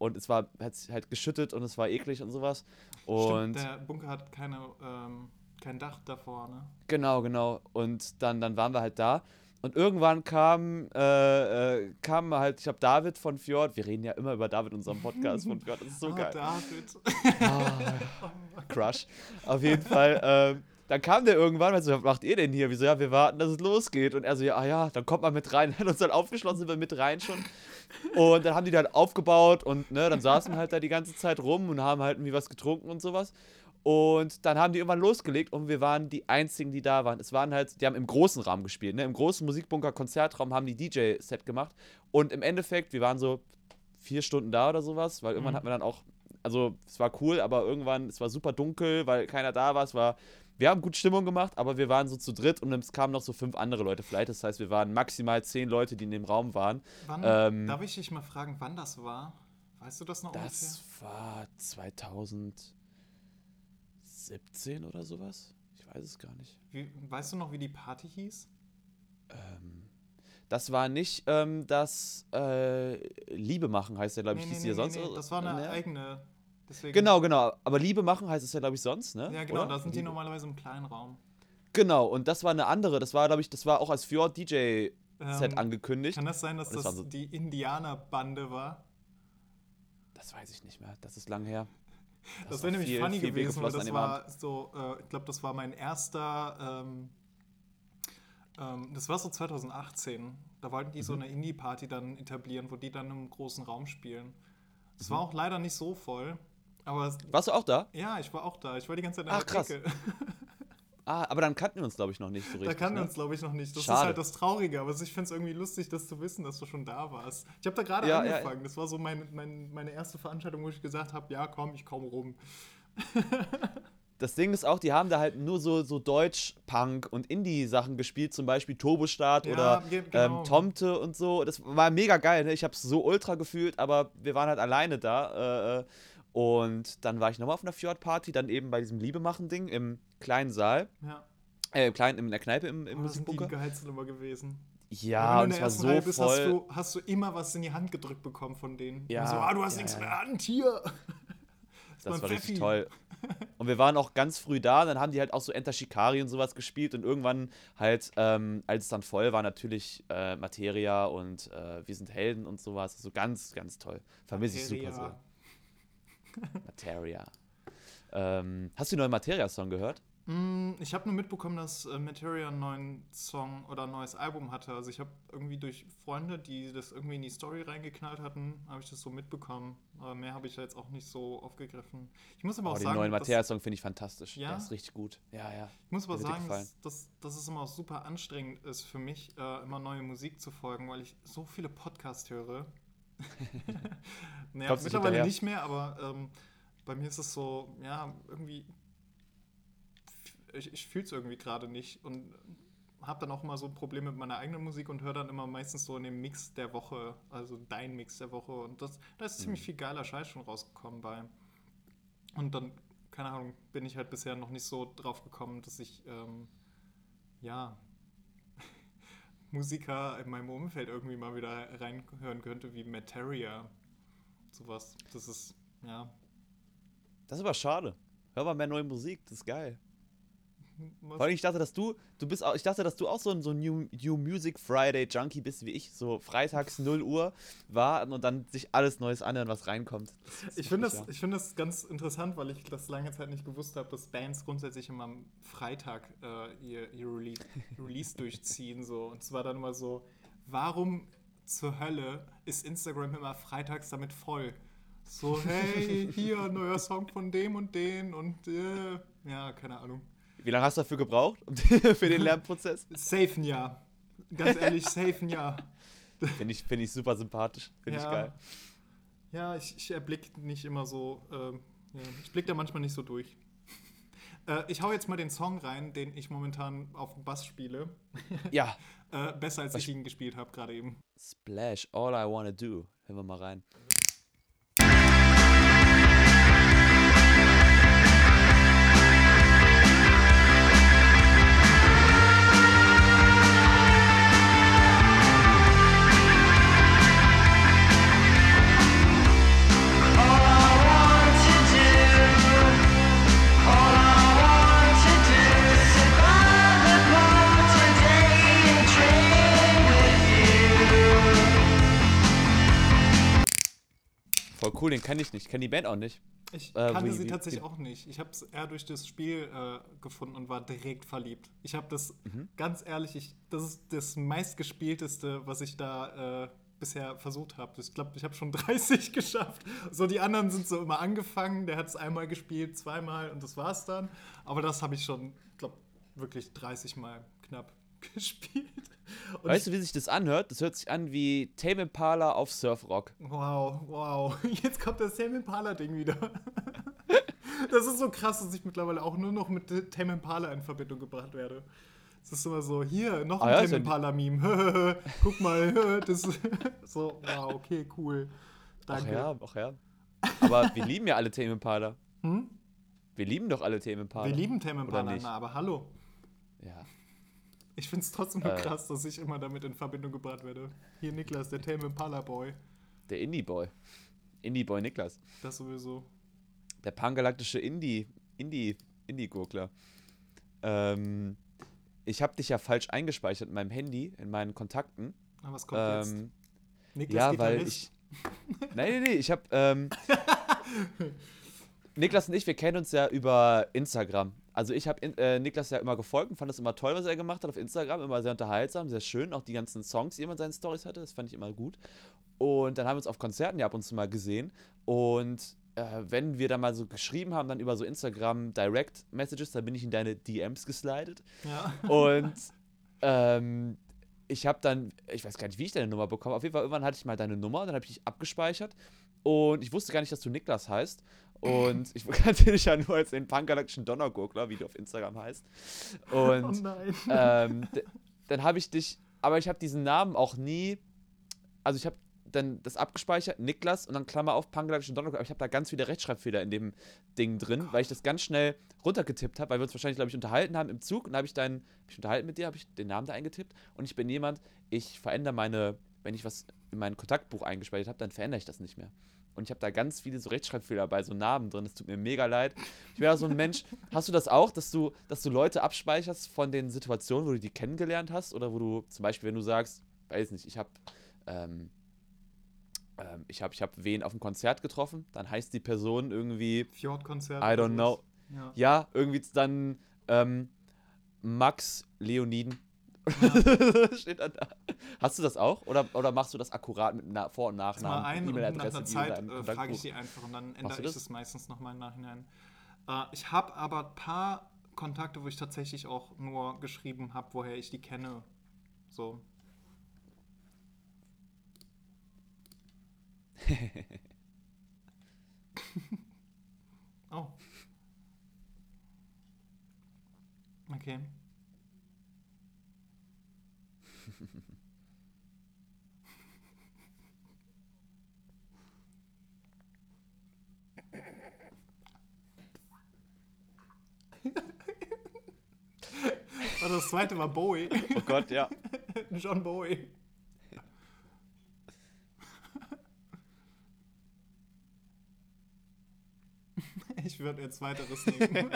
und es war hat halt geschüttet und es war eklig und sowas. Stimmt, Und der Bunker hat keine, ähm, kein Dach davor, ne? genau, genau. Und dann, dann waren wir halt da. Und irgendwann kam, äh, äh, kam halt, ich glaube, David von Fjord. Wir reden ja immer über David in unserem Podcast von Fjord. Das ist so oh, geil. David. Ah, Crush. Auf jeden Fall. Ähm, dann kam der irgendwann, weil so, was macht ihr denn hier? Wieso, ja, wir warten, dass es losgeht. Und er so, ja, ah ja, dann kommt mal mit rein. Hat uns dann aufgeschlossen, sind wir mit rein schon. Und dann haben die dann aufgebaut und ne, dann saßen wir halt da die ganze Zeit rum und haben halt irgendwie was getrunken und sowas. Und dann haben die irgendwann losgelegt und wir waren die Einzigen, die da waren. Es waren halt, die haben im großen Rahmen gespielt, ne? Im großen Musikbunker-Konzertraum haben die D J-Set gemacht. Und im Endeffekt, wir waren so vier Stunden da oder sowas, weil irgendwann Mhm. hat man dann auch, also es war cool, aber irgendwann, es war super dunkel, weil keiner da war. Es war, wir haben gut Stimmung gemacht, aber wir waren so zu dritt und es kamen noch so fünf andere Leute vielleicht. Das heißt, wir waren maximal zehn Leute, die in dem Raum waren. Wann, Ähm, darf ich dich mal fragen, wann das war? Weißt du das noch Das war zweitausendsiebzehn oder sowas? Ich weiß es gar nicht. ungefähr? Wie, weißt du noch, wie die Party hieß? Ähm, das war nicht ähm, das äh, Liebe machen, heißt der, glaube ich, hieß die ja sonst. nee, das war eine ne? eigene. Deswegen, Genau, genau. Aber Liebe machen heißt es ja, glaube ich, sonst, ne? Ja, genau, Oder? da sind die Liebe. normalerweise im kleinen Raum. Genau, und das war eine andere. Das war, glaube ich, das war auch als Fjord D J-Set Ähm, angekündigt. Kann das sein, dass Und das das, war so- die Indianerbande war? Das weiß ich nicht mehr. Das ist lang her. Das, ist wäre auch nämlich viel- funny viel Bier gewesen, weil geflossen das an dem war so, äh, ich glaube, das war mein erster, ähm, ähm, das war so zweitausendachtzehn. Da wollten die so Mhm. eine Indie-Party dann etablieren, wo die dann im großen Raum spielen. Das Mhm. war auch leider nicht so voll, aber es, Warst du auch da? ja, ich war auch da. Ich war die ganze Zeit in Ach, der krass. Theke. Ah, aber dann kannten wir uns, glaube ich, noch nicht so richtig. Da kannten wir ne? uns, glaube ich, noch nicht. Das Schade. ist halt das Traurige, aber ich finde es irgendwie lustig, das zu wissen, dass du schon da warst. Ich habe da gerade Ja, ja, angefangen. Das war so mein, mein, meine erste Veranstaltung, wo ich gesagt habe, ja, komm, ich komme rum. Das Ding ist auch, die haben da halt nur so, so Deutsch-Punk und Indie-Sachen gespielt, zum Beispiel Turbostart Ja, oder ge- genau. ähm, Tomte und so. Das war mega geil, ne? Ich hab's so ultra gefühlt, aber wir waren halt alleine da. Äh, und dann war ich nochmal auf einer Fjord-Party, dann eben bei diesem Liebemachen-Ding im kleinen Saal. Ja, Äh, im kleinen, in der Kneipe im, im aber das sind die Musikbunker. geilsten immer gewesen. Ja, Wenn und du es in der war ersten so Reihe bist, hast voll. du, hast du immer was in die Hand gedrückt bekommen von denen. Ja, Immer so, ah, du hast ja, nichts ja. in der Hand, hier. Das mein war richtig Pfeffi. toll. Und wir waren auch ganz früh da, dann haben die halt auch so Enter Shikari und sowas gespielt und irgendwann halt, ähm, als es dann voll war, natürlich äh, Materia und äh, Wir sind Helden und sowas. Also ganz, ganz toll. Vermisse ich super Materia. so. Materia. Ähm, hast du den neuen Materia-Song gehört? Mm, Ich habe nur mitbekommen, dass äh, Materia einen neuen Song oder ein neues Album hatte. Also ich habe irgendwie durch Freunde, die das irgendwie in die Story reingeknallt hatten, habe ich das so mitbekommen. Aber mehr habe ich da jetzt auch nicht so aufgegriffen. Ich muss aber Oh, auch den sagen, neuen dass- Materia-Song finde ich fantastisch. Ja? Der ist richtig gut. Ja, ja. ich muss aber Der wird dir sagen, gefallen. dass, dass, dass es immer super anstrengend ist für mich, äh, immer neue Musik zu folgen, weil ich so viele Podcasts höre. naja, Kommst nicht mittlerweile hinterher? nicht mehr, aber ähm, bei mir ist es so, ja, irgendwie, ich, ich fühle es irgendwie gerade nicht und habe dann auch immer so ein Problem mit meiner eigenen Musik und höre dann immer meistens so in dem Mix der Woche, also dein Mix der Woche und das, da ist ziemlich viel geiler Scheiß schon rausgekommen bei. Und dann, keine Ahnung, bin ich halt bisher noch nicht so drauf gekommen, dass ich, ähm, ja, Musiker in meinem Umfeld irgendwie mal wieder reinhören könnte, wie Materia. Sowas. Das ist, ja. Das ist aber schade. Hör mal mehr neue Musik, das ist geil. Was? Vor allem, ich dachte, dass du, du bist auch, ich dachte, dass du auch so ein, so ein New, New Music Friday Junkie bist wie ich, so freitags null Uhr warten und dann sich alles Neues anhören, was reinkommt. Das Ich finde macht das, mich, ich find das ganz interessant, weil ich das lange Zeit nicht gewusst habe, dass Bands grundsätzlich immer am Freitag äh, ihr, ihr Release, Release durchziehen. So. Und es war dann immer so, warum zur Hölle ist Instagram immer freitags damit voll? So, hey, hier, neuer Song von dem und den und äh, ja, keine Ahnung. ja. Wie lange hast du dafür gebraucht für den Lernprozess? Safe ein Jahr. Ganz ehrlich, safe ein Jahr. Finde ich, find ich super sympathisch, finde ich Ja. geil. Ja, ich, ich erblicke nicht immer so, ähm, ja, ich blicke da manchmal nicht so durch. Äh, ich hau jetzt mal den Song rein, den ich momentan auf dem Bass spiele. Ja, Äh, besser als Was ich ihn gespielt habe gerade eben. Splash, All I Wanna Do. Hören wir mal rein. cool, den kenne ich nicht. Kenne die Band auch nicht. Ich Äh, kannte wie- sie wie- tatsächlich wie- auch nicht. Ich habe es eher durch das Spiel äh, gefunden und war direkt verliebt. Ich habe das, Mhm. ganz ehrlich, ich, das ist das meistgespielteste, was ich da äh, bisher versucht habe. Ich glaube, ich habe schon dreißig geschafft. So, die anderen sind so immer angefangen. Der hat es einmal gespielt, zweimal und das war's dann. Aber das habe ich schon, glaube wirklich dreißig Mal knapp gespielt. Und Weißt du, wie sich das anhört? Das hört sich an wie Tame Impala auf Surfrock. Wow, wow. Jetzt kommt das Tame Impala-Ding wieder. Das ist so krass, dass ich mittlerweile auch nur noch mit Tame Impala in Verbindung gebracht werde. Es ist immer so, hier, noch Ah ein ja, Tame ist ja- Impala-Meme. Guck mal, das ist so, wow, okay, cool. Ach Danke. ja, ach ja. Aber wir lieben ja alle Tame Impala. Hm? Wir lieben doch alle Tame Impala. Wir lieben Tame Oder Impala, nicht? na, aber hallo. Ja. Ich finde es trotzdem nur Äh. krass, dass ich immer damit in Verbindung gebracht werde. Hier, Niklas, der Tame Impala-Boy. Der Indie-Boy. Indie-Boy Niklas. Das sowieso. Der pangalaktische Indie, Indie, Indie-Gurgler. Ähm, ich habe dich ja falsch eingespeichert in meinem Handy, in meinen Kontakten. Na, was kommt jetzt? Ähm, Niklas ja, weil Gitarrist? ich. Nein, nein, nein, ich habe. Ähm, Niklas und ich, wir kennen uns ja über Instagram. Also ich habe äh, Niklas ja immer gefolgt und fand das immer toll, was er gemacht hat auf Instagram. Immer sehr unterhaltsam, sehr schön. Auch die ganzen Songs, die er in seinen Stories hatte, das fand ich immer gut. Und dann haben wir uns auf Konzerten ja ab und zu mal gesehen. Und äh, wenn wir dann mal so geschrieben haben, dann über so Instagram Direct Messages, dann bin ich in deine D Ms geslidet. Ja. Und ähm, ich habe dann, ich weiß gar nicht, wie ich deine Nummer bekomme. Auf jeden Fall, irgendwann hatte ich mal deine Nummer, dann habe ich dich abgespeichert. Und ich wusste gar nicht, dass du Niklas heißt. Und ich kannte dich ja nur als den pankgalaktischen Donnergurgler, wie du auf Instagram heißt. Und Oh nein. ähm, d- dann habe ich dich, aber ich habe diesen Namen auch nie, also ich habe dann das abgespeichert, Niklas und dann Klammer auf, pankgalaktischen Donnergurgler, aber ich habe da ganz viele Rechtschreibfehler in dem Ding drin, weil ich das ganz schnell runtergetippt habe, weil wir uns wahrscheinlich, glaube ich, unterhalten haben im Zug und da habe ich deinen, hab ich unterhalten mit dir, habe ich den Namen da eingetippt und ich bin jemand, ich verändere meine, wenn ich was in mein Kontaktbuch eingespeichert habe, dann verändere ich das nicht mehr. Und ich habe da ganz viele so Rechtschreibfehler bei so Namen drin. Es tut mir mega leid. Ich wäre so ein Mensch. Hast du das auch, dass du, dass du Leute abspeicherst von den Situationen, wo du die kennengelernt hast? Oder wo du, zum Beispiel, wenn du sagst, weiß nicht, ich habe ähm, ähm, ich habe ich hab wen auf dem Konzert getroffen, dann heißt die Person irgendwie, Fjordkonzert. I oder don't sowas. know. Ja. Ja, irgendwie dann ähm, Max Leoniden. Steht dann da. Hast du das auch? Oder, oder machst du das akkurat mit Na- Vor- und Mal Nachnamen, ein und nach E-Mail-Adresse, einer die in Zeit deinem äh, frage Kontaktbuch? ich die einfach und dann Machst ändere du ich das? das meistens nochmal im Nachhinein. Äh, ich habe aber ein paar Kontakte, wo ich tatsächlich auch nur geschrieben habe, woher ich die kenne. So. Oh. Okay. Oh, das zweite war Bowie. Oh Gott, ja. John Bowie. Ich würde jetzt weiteres nehmen.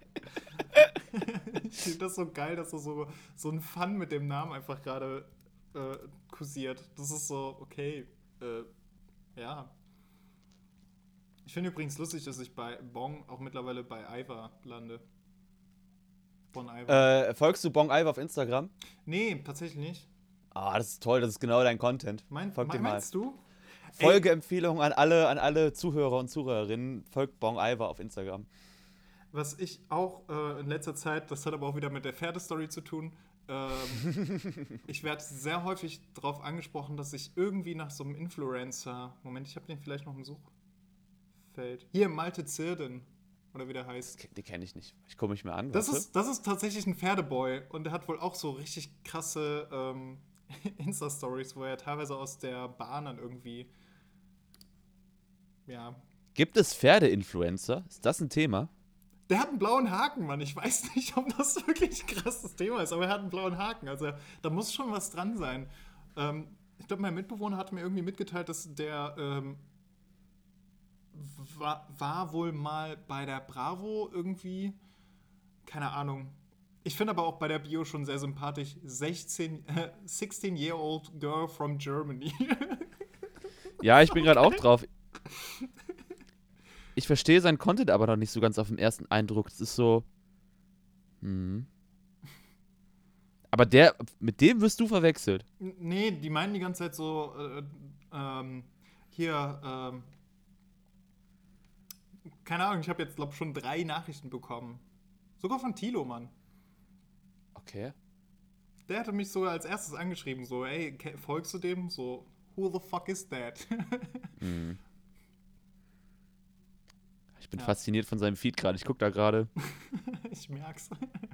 Ich finde das so geil, dass so, so, so ein Fun mit dem Namen einfach gerade äh, kursiert. Das ist so, okay, äh, ja. Ich finde übrigens lustig, dass ich bei Bong auch mittlerweile bei Ivar lande. Bon Ivar. Äh, folgst du Bong Iver auf Instagram? Nee, tatsächlich nicht. Ah, das ist toll, das ist genau dein Content. Mein, Folg mein, dem mal. meinst du? Folgeempfehlung an alle, an alle Zuhörer und Zuhörerinnen. Folgt Bong Iver auf Instagram. Was ich auch äh, in letzter Zeit, das hat aber auch wieder mit der Pferdestory zu tun, ähm, ich werde sehr häufig darauf angesprochen, dass ich irgendwie nach so einem Influencer, Moment, ich habe den vielleicht noch im Suchfeld. Hier, Malte Zirden, oder wie der heißt. Die kenne ich nicht. Ich gucke mich mal an. Das warte. ist, das ist tatsächlich ein Pferdeboy und der hat wohl auch so richtig krasse ähm, Insta-Stories, wo er teilweise aus der Bahn dann irgendwie, ja. Gibt es Pferde-Influencer? Ist das ein Thema? Der hat einen blauen Haken, Mann. Ich weiß nicht, ob das wirklich ein krasses Thema ist, aber er hat einen blauen Haken. Also da muss schon was dran sein. Ähm, ich glaube, mein Mitbewohner hat mir irgendwie mitgeteilt, dass der ähm, war, war wohl mal bei der Bravo irgendwie, keine Ahnung. Ich finde aber auch bei der Bio schon sehr sympathisch. sechzehn, äh, sixteen-year-old girl from Germany. Ja, ich bin gerade auch drauf. Ich verstehe seinen Content aber noch nicht so ganz auf den ersten Eindruck. Das ist so. Hm. Aber der, mit dem wirst du verwechselt. N- Nee, die meinen die ganze Zeit so, äh, ähm, hier, ähm, keine Ahnung, ich habe jetzt, glaube schon drei Nachrichten bekommen. Sogar von Tilo, Mann. Okay. Der hatte mich sogar als erstes angeschrieben, so, ey, ke- folgst du dem? So, who the fuck is that? Hm. Ich bin Ja. fasziniert von seinem Feed gerade. Ich gucke da gerade. Ich merk's.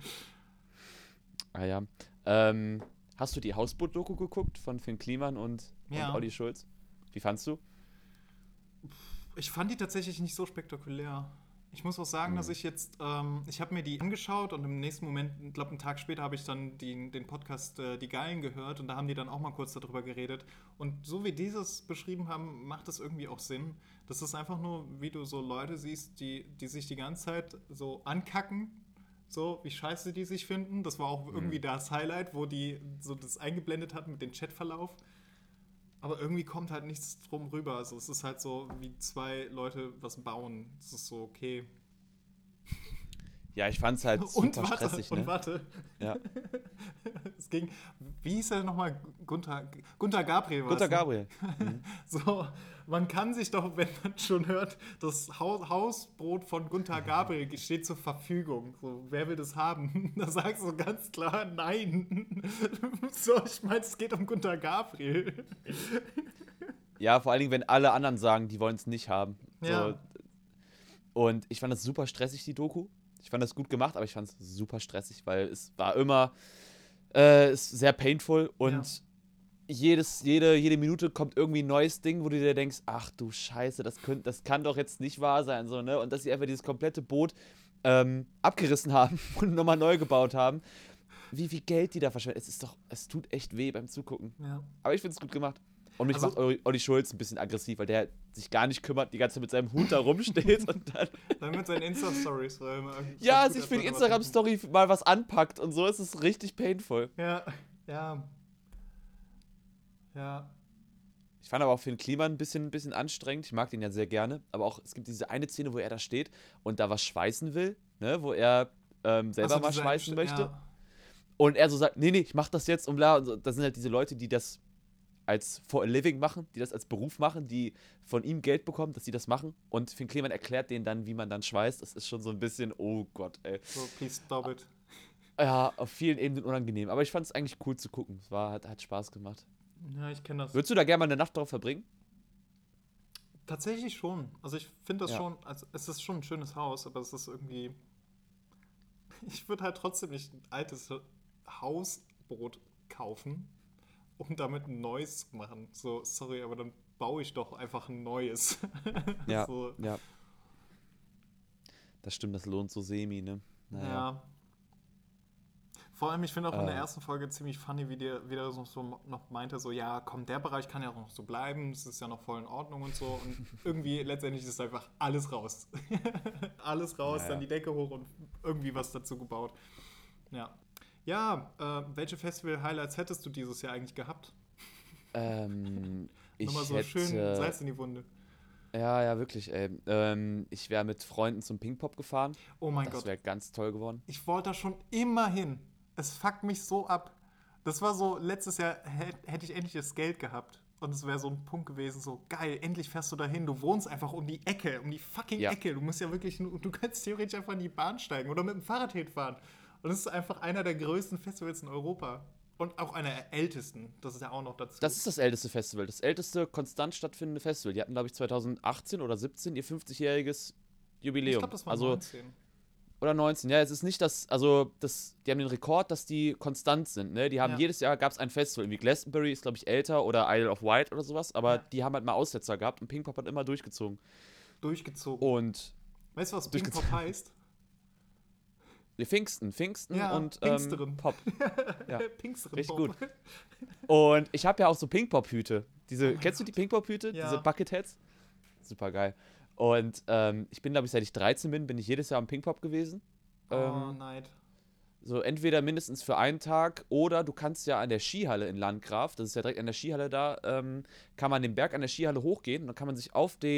Ah ja. Ähm, hast du die Hausboot-Doku geguckt von Finn Kliman und, Ja. und Olli Schulz? Wie fandst du? Ich fand die tatsächlich nicht so spektakulär. Ich muss auch sagen, Mhm. dass ich jetzt, ähm, ich habe mir die angeschaut und im nächsten Moment, ich glaube einen Tag später, habe ich dann die, den Podcast äh, Die Geilen gehört und da haben die dann auch mal kurz darüber geredet. Und so wie die es beschrieben haben, macht das irgendwie auch Sinn. Das ist einfach nur, wie du so Leute siehst, die, die sich die ganze Zeit so ankacken, so wie scheiße die sich finden. Das war auch irgendwie das Highlight, wo die so das eingeblendet hatten mit dem Chatverlauf. Aber irgendwie kommt halt nichts drum rüber. Also es ist halt so, wie zwei Leute was bauen. Es ist so, okay. Ja, ich fand's halt Und super warte, stressig, und ne? warte. Ja. Es ging, wie hieß er nochmal? Gunther, Gunther Gabriel war Gunther es, ne? Gabriel. Mhm. So, man kann sich doch, wenn man schon hört, das Haus, Hausbrot von Gunther Gabriel steht zur Verfügung. So, wer will das haben? Da sagst du ganz klar, nein. So, ich meine, es geht um Gunther Gabriel. Ja, vor allen Dingen, wenn alle anderen sagen, die wollen es nicht haben. Ja. So. Und ich fand das super stressig, die Doku. Ich fand das gut gemacht, aber ich fand es super stressig, weil es war immer äh, ist sehr painful und Ja. jedes, jede, jede Minute kommt irgendwie ein neues Ding, wo du dir denkst, ach du Scheiße, das, könnt, das kann doch jetzt nicht wahr sein. So, ne? Und dass sie einfach dieses komplette Boot ähm, abgerissen haben und nochmal neu gebaut haben. Wie viel Geld die da verschwendet. Es ist doch, es tut echt weh beim Zugucken. Ja. Aber ich finde es gut gemacht. Und mich Also- macht Olli, Olli Schulz ein bisschen aggressiv, weil der sich gar nicht kümmert, die ganze Zeit mit seinem Hut da rumsteht und dann. Dann mit seinen Insta-Stories. weil immer irgendwie Ja, so sich gut für die als würde er was Instagram-Story mal was anpackt und so. Es ist richtig painful. machen. Ja, ja. Ja. Ich fand aber auch für den Klima ein bisschen, ein bisschen anstrengend. Ich mag den ja sehr gerne. Aber auch, es gibt diese eine Szene, wo er da steht und da was schweißen will, ne? Wo er ähm, selber Ach so, mal diese- schweißen möchte. Ja. Und er so sagt, nee, nee, ich mach das jetzt und bla. Und so. Das sind halt diese Leute, die das als for a living machen, die das als Beruf machen, die von ihm Geld bekommen, dass sie das machen. Und Finn Kliman erklärt denen dann, wie man dann schweißt. Das ist schon so ein bisschen, oh Gott, ey. So, please stop it. Ja, auf vielen Ebenen unangenehm. Aber ich fand es eigentlich cool zu gucken. Es war, hat, hat Spaß gemacht. Ja, ich kenne das. Würdest du da gerne mal eine Nacht drauf verbringen? Tatsächlich schon. Also ich finde das Ja. schon, also es ist schon ein schönes Haus, aber es ist irgendwie. Ich würde halt trotzdem nicht ein altes Hausboot kaufen, um damit ein neues zu machen. So, sorry, aber dann baue ich doch einfach ein neues. Ja, So, ja. Das stimmt, das lohnt so semi, ne? Naja. ja. Vor allem, ich finde auch in der Äh. ersten Folge ziemlich funny, wie der, wie der so, so noch meinte, so, ja, komm, der Bereich kann ja auch noch so bleiben, das ist ja noch voll in Ordnung und so. Und irgendwie letztendlich ist einfach alles raus. Alles raus, Ja, ja. dann die Decke hoch und irgendwie was dazu gebaut. Ja. Ja, äh, welche Festival-Highlights hättest du dieses Jahr eigentlich gehabt? Ähm, ich Nochmal so hätte, schön Salz in die Wunde. Ja, ja, wirklich, ey. Ähm, ich wäre mit Freunden zum Ping-Pop gefahren. Oh mein Das Gott. wäre ganz toll geworden. Ich wollte da schon immer hin. Es fuckt mich so ab. Das war so, letztes Jahr hätte hätt ich endlich das Geld gehabt. Und es wäre so ein Punkt gewesen, so geil, endlich fährst du dahin. Du wohnst einfach um die Ecke, um die fucking Ja. Ecke. Du musst ja wirklich, nur, du kannst theoretisch einfach in die Bahn steigen oder mit dem Fahrrad hinfahren. Und es ist einfach einer der größten Festivals in Europa. Und auch einer der ältesten. Das ist ja auch noch dazu. Das ist das älteste Festival, das älteste konstant stattfindende Festival. Die hatten, glaube ich, zwanzig achtzehn oder siebzehn ihr fünfzigjähriges Jubiläum. ich glaube, das war also, neunzehn. Oder neunzehn, ja, es ist nicht das, also das, die haben den Rekord, dass die konstant sind, ne? Die haben Ja. jedes Jahr gab es ein Festival, wie Glastonbury ist, glaube ich, älter oder Isle of Wight oder sowas, aber Ja. die haben halt mal Aussetzer gehabt und Pinkpop hat immer durchgezogen. Durchgezogen. Und Weißt du, was durchgezogen. Pinkpop heißt? die Pfingsten, Pfingsten Ja, und Pfingsterin. ähm, Pop. Ja, Pinksterin richtig Pop. gut. Und ich habe ja auch so Pinkpop-Hüte. Diese, kennst du die Pinkpop-Hüte? Ja. Diese Bucketheads? Super geil. Und ähm, ich bin, glaube ich, seit ich dreizehn bin, bin ich jedes Jahr am Pinkpop gewesen. Oh, Ähm, Neid. So entweder mindestens für einen Tag oder du kannst ja an der Skihalle in Landgraf, das ist ja direkt an der Skihalle da, ähm, kann man den Berg an der Skihalle hochgehen und dann kann man sich auf den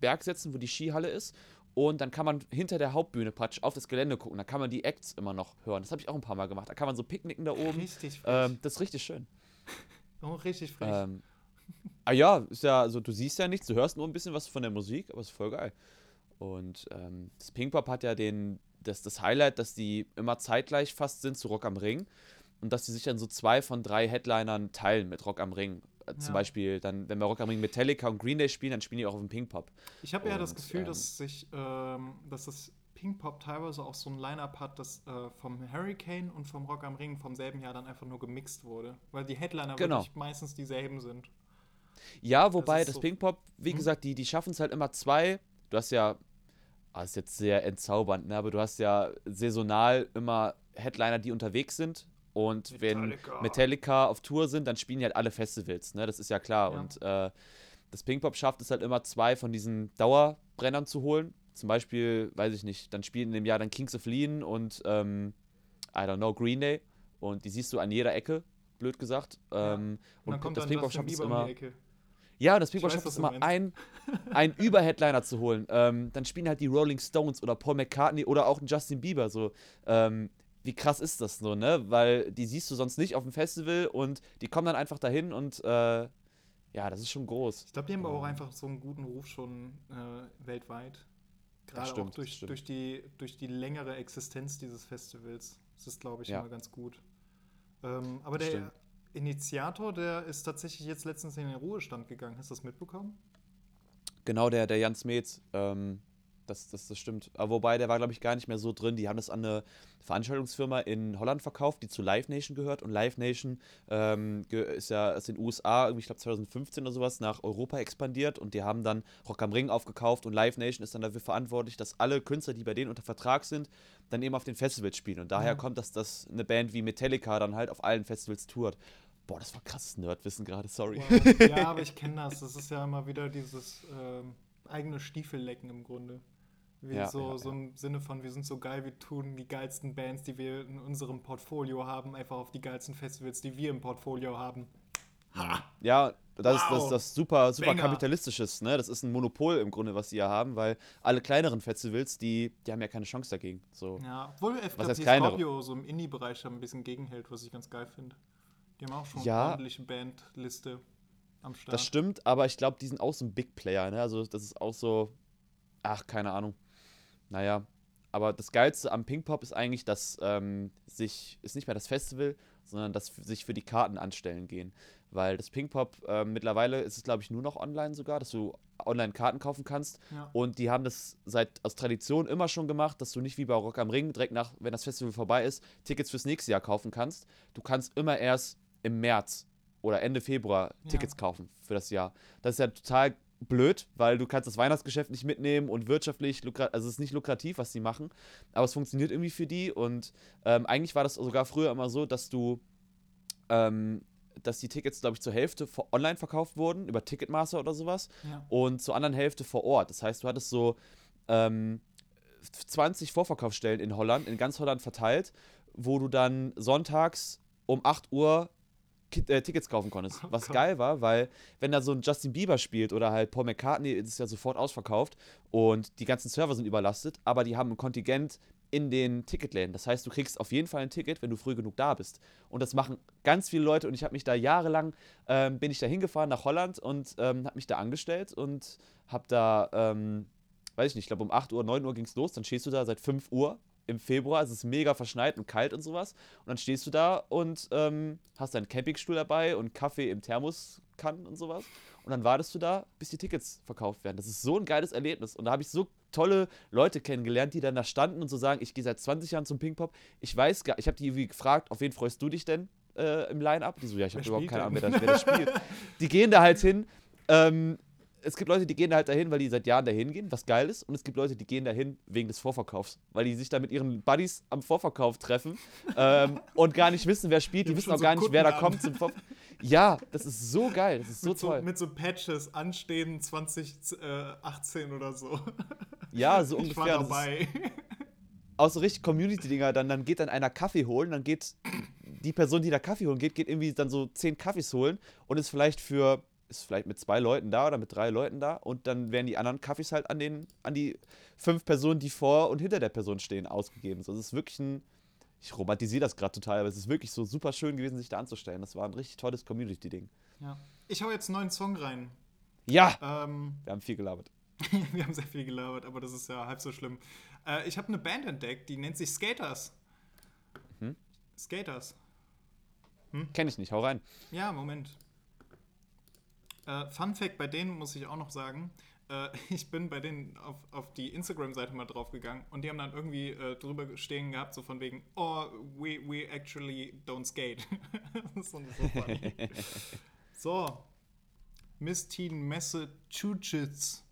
Berg setzen, wo die Skihalle ist. Und dann kann man hinter der Hauptbühne praktisch auf das Gelände gucken. Da kann man die Acts immer noch hören. Das habe ich auch ein paar Mal gemacht. Da kann man so picknicken da oben. Richtig frech. Ähm, das ist richtig schön. Oh, richtig frech. Ähm, ah ja, ist ja, also du siehst ja nichts, du hörst nur ein bisschen was von der Musik, aber ist voll geil. Und ähm, das Pinkpop hat ja den, das, das Highlight, dass die immer zeitgleich fast sind zu Rock am Ring und dass die sich dann so zwei von drei Headlinern teilen mit Rock am Ring. Äh, Zum Ja. Beispiel, dann, wenn wir Rock am Ring Metallica und Green Day spielen, dann spielen die auch auf dem Pinkpop. Ich habe eher das Und, Gefühl, ähm, dass sich, ähm, dass das Pinkpop teilweise auch so ein Line-Up hat, das äh, vom Hurricane und vom Rock am Ring vom selben Jahr dann einfach nur gemixt wurde. Weil die Headliner Genau. wirklich meistens dieselben sind. Ja, wobei Das ist das, so- Pinkpop, wie Hm? gesagt, die, die schaffen es halt immer zwei. Du hast ja, ah, ist jetzt sehr entzaubernd, ne? Aber du hast ja saisonal immer Headliner, die unterwegs sind. Und wenn Metallica. Metallica auf Tour sind, dann spielen die halt alle Festivals, ne? Das ist ja klar. Ja. Und äh, das Pinkpop schafft es halt immer, zwei von diesen Dauerbrennern zu holen. Zum Beispiel, weiß ich nicht, dann spielen in dem Jahr dann Kings of Leon und ähm, I don't know, Green Day. Und die siehst du an jeder Ecke, blöd gesagt. Ja. Ähm, Und dann und kommt das dann Pinkpop Justin schafft es Bieber um immer. die Ecke. Ja, und das Ich Pinkpop weiß, schafft was es du immer, einen, einen Überheadliner zu holen. Ähm, dann spielen halt die Rolling Stones oder Paul McCartney oder auch ein Justin Bieber. So, ähm, wie krass ist das so, ne? Weil die siehst du sonst nicht auf dem Festival und die kommen dann einfach dahin und äh, ja, das ist schon groß. Ich glaube, die haben aber auch Ähm, einfach so einen guten Ruf schon äh, weltweit. Gerade stimmt, auch das durch, stimmt. durch, die, durch die längere Existenz dieses Festivals. Das ist, glaube ich, Ja. immer ganz gut. Ähm, aber Das der stimmt. Initiator, der ist tatsächlich jetzt letztens in den Ruhestand gegangen. Hast du das mitbekommen? Genau, der, der Jan Smeets, ähm, das, das, das stimmt. Aber wobei, der war, glaube ich, gar nicht mehr so drin. Die haben das an eine Veranstaltungsfirma in Holland verkauft, die zu Live Nation gehört. Und Live Nation ähm, ge- ist ja aus den U S A, irgendwie, ich glaube zwanzig fünfzehn oder sowas, nach Europa expandiert. Und die haben dann Rock am Ring aufgekauft. Und Live Nation ist dann dafür verantwortlich, dass alle Künstler, die bei denen unter Vertrag sind, dann eben auf den Festivals spielen. Und daher Ja. kommt, dass das eine Band wie Metallica dann halt auf allen Festivals tourt. Boah, das war krasses Nerdwissen gerade, sorry. Wow. Ja, aber ich kenne das. Das ist ja immer wieder dieses ähm, eigene Stiefellecken im Grunde. Wie Ja, so, ja, so im Sinne von, wir sind so geil, wir tun die geilsten Bands, die wir in unserem Portfolio haben, einfach auf die geilsten Festivals, die wir im Portfolio haben. Ja, das ist das, Wow. das super, super Banger. kapitalistisches, ne? Das ist ein Monopol im Grunde, was die hier haben, weil alle kleineren Festivals, die, die haben ja keine Chance dagegen. So. Ja, obwohl Was F heißt K P kleinere? Scorpio so im Indie-Bereich ein bisschen gegenhält, was ich ganz geil finde. Die haben auch schon Ja. eine ordentliche Bandliste am Start. Das stimmt, aber ich glaube, die sind auch so ein Big Player, ne? Also das ist auch so, ach, keine Ahnung. Naja, aber das Geilste am Pinkpop ist eigentlich, dass ähm, sich, ist nicht mehr das Festival, sondern dass f- sich für die Karten anstellen gehen. Weil das Pinkpop, ähm, mittlerweile ist es, glaube ich, nur noch online sogar, dass du online Karten kaufen kannst. Ja. Und die haben das seit aus Tradition immer schon gemacht, dass du nicht wie bei Rock am Ring direkt nach, wenn das Festival vorbei ist, Tickets fürs nächste Jahr kaufen kannst. Du kannst immer erst im März oder Ende Februar Ja. Tickets kaufen für das Jahr. Das ist ja total blöd, weil du kannst das Weihnachtsgeschäft nicht mitnehmen und wirtschaftlich, lukra- also es ist nicht lukrativ, was die machen, aber es funktioniert irgendwie für die und ähm, eigentlich war das sogar früher immer so, dass du ähm, dass die Tickets, glaube ich, zur Hälfte vor- online verkauft wurden, über Ticketmaster oder sowas, Ja. und zur anderen Hälfte vor Ort. Das heißt, du hattest so ähm, zwanzig Vorverkaufsstellen in Holland, in ganz Holland verteilt, wo du dann sonntags um acht Uhr Ki- äh, Tickets kaufen konntest. Oh Was Gott. geil war, weil wenn da so ein Justin Bieber spielt oder halt Paul McCartney, ist es ja sofort ausverkauft und die ganzen Server sind überlastet, aber die haben ein Kontingent in den Ticketläden. Das heißt, du kriegst auf jeden Fall ein Ticket, wenn du früh genug da bist. Und das machen ganz viele Leute und ich habe mich da jahrelang, ähm, bin ich da hingefahren nach Holland und ähm, habe mich da angestellt und habe da, ähm, weiß ich nicht, ich glaube um acht Uhr, neun Uhr ging es los, dann stehst du da seit fünf Uhr im Februar, es ist mega verschneit und kalt und sowas. Und dann stehst du da und ähm, hast deinen Campingstuhl dabei und Kaffee im Thermoskannen und sowas. Und dann wartest du da, bis die Tickets verkauft werden. Das ist so ein geiles Erlebnis. Und da habe ich so tolle Leute kennengelernt, die dann da standen und so sagen, ich gehe seit zwanzig Jahren zum Pinkpop. Ich weiß gar, ich habe die irgendwie gefragt, auf wen freust du dich denn äh, im Line-Up? Die so, ja, ich habe Wer überhaupt spielt keine Ahnung, wer denn? das, wer das spielt. Die gehen da halt hin. Ähm, es gibt Leute, die gehen da halt dahin, weil die seit Jahren dahin gehen, was geil ist. Und es gibt Leute, die gehen dahin wegen des Vorverkaufs, weil die sich da mit ihren Buddies am Vorverkauf treffen ähm, und gar nicht wissen, wer spielt. Die Die haben wissen schon auch so gar nicht, wer da Kutten an. kommt zum Vorverkauf. Ja, das ist so geil, das ist so mit, so, toll. mit so Patches anstehen zwanzig achtzehn oder so. Ja, so Ich war ungefähr. Das ist dabei. auch so richtig Community-Dinger, dann, dann geht dann einer Kaffee holen, dann geht die Person, die da Kaffee holen geht, geht irgendwie dann so zehn Kaffees holen und ist vielleicht für ist vielleicht mit zwei Leuten da oder mit drei Leuten da und dann werden die anderen Kaffees halt an den, an die fünf Personen, die vor und hinter der Person stehen, ausgegeben. So, es ist wirklich ein, ich romantisiere das gerade total, aber es ist wirklich so super schön gewesen, sich da anzustellen. Das war ein richtig tolles Community-Ding. Ja. Ich hau jetzt einen neuen Song rein. Ja! Ähm, Wir haben viel gelabert. wir haben sehr viel gelabert, aber das ist ja halb so schlimm. Äh, ich habe eine Band entdeckt, die nennt sich Skaters. Mhm. Skaters. Kenn ich nicht, hau rein. Ja, Moment. Äh, Fun Fact bei denen muss ich auch noch sagen, äh, ich bin bei denen auf, auf die Instagram-Seite mal draufgegangen und die haben dann irgendwie äh, drüber stehen gehabt, so von wegen, oh, we, we actually don't skate. Das ist so so funny. So. Miss Teen Massachusetts.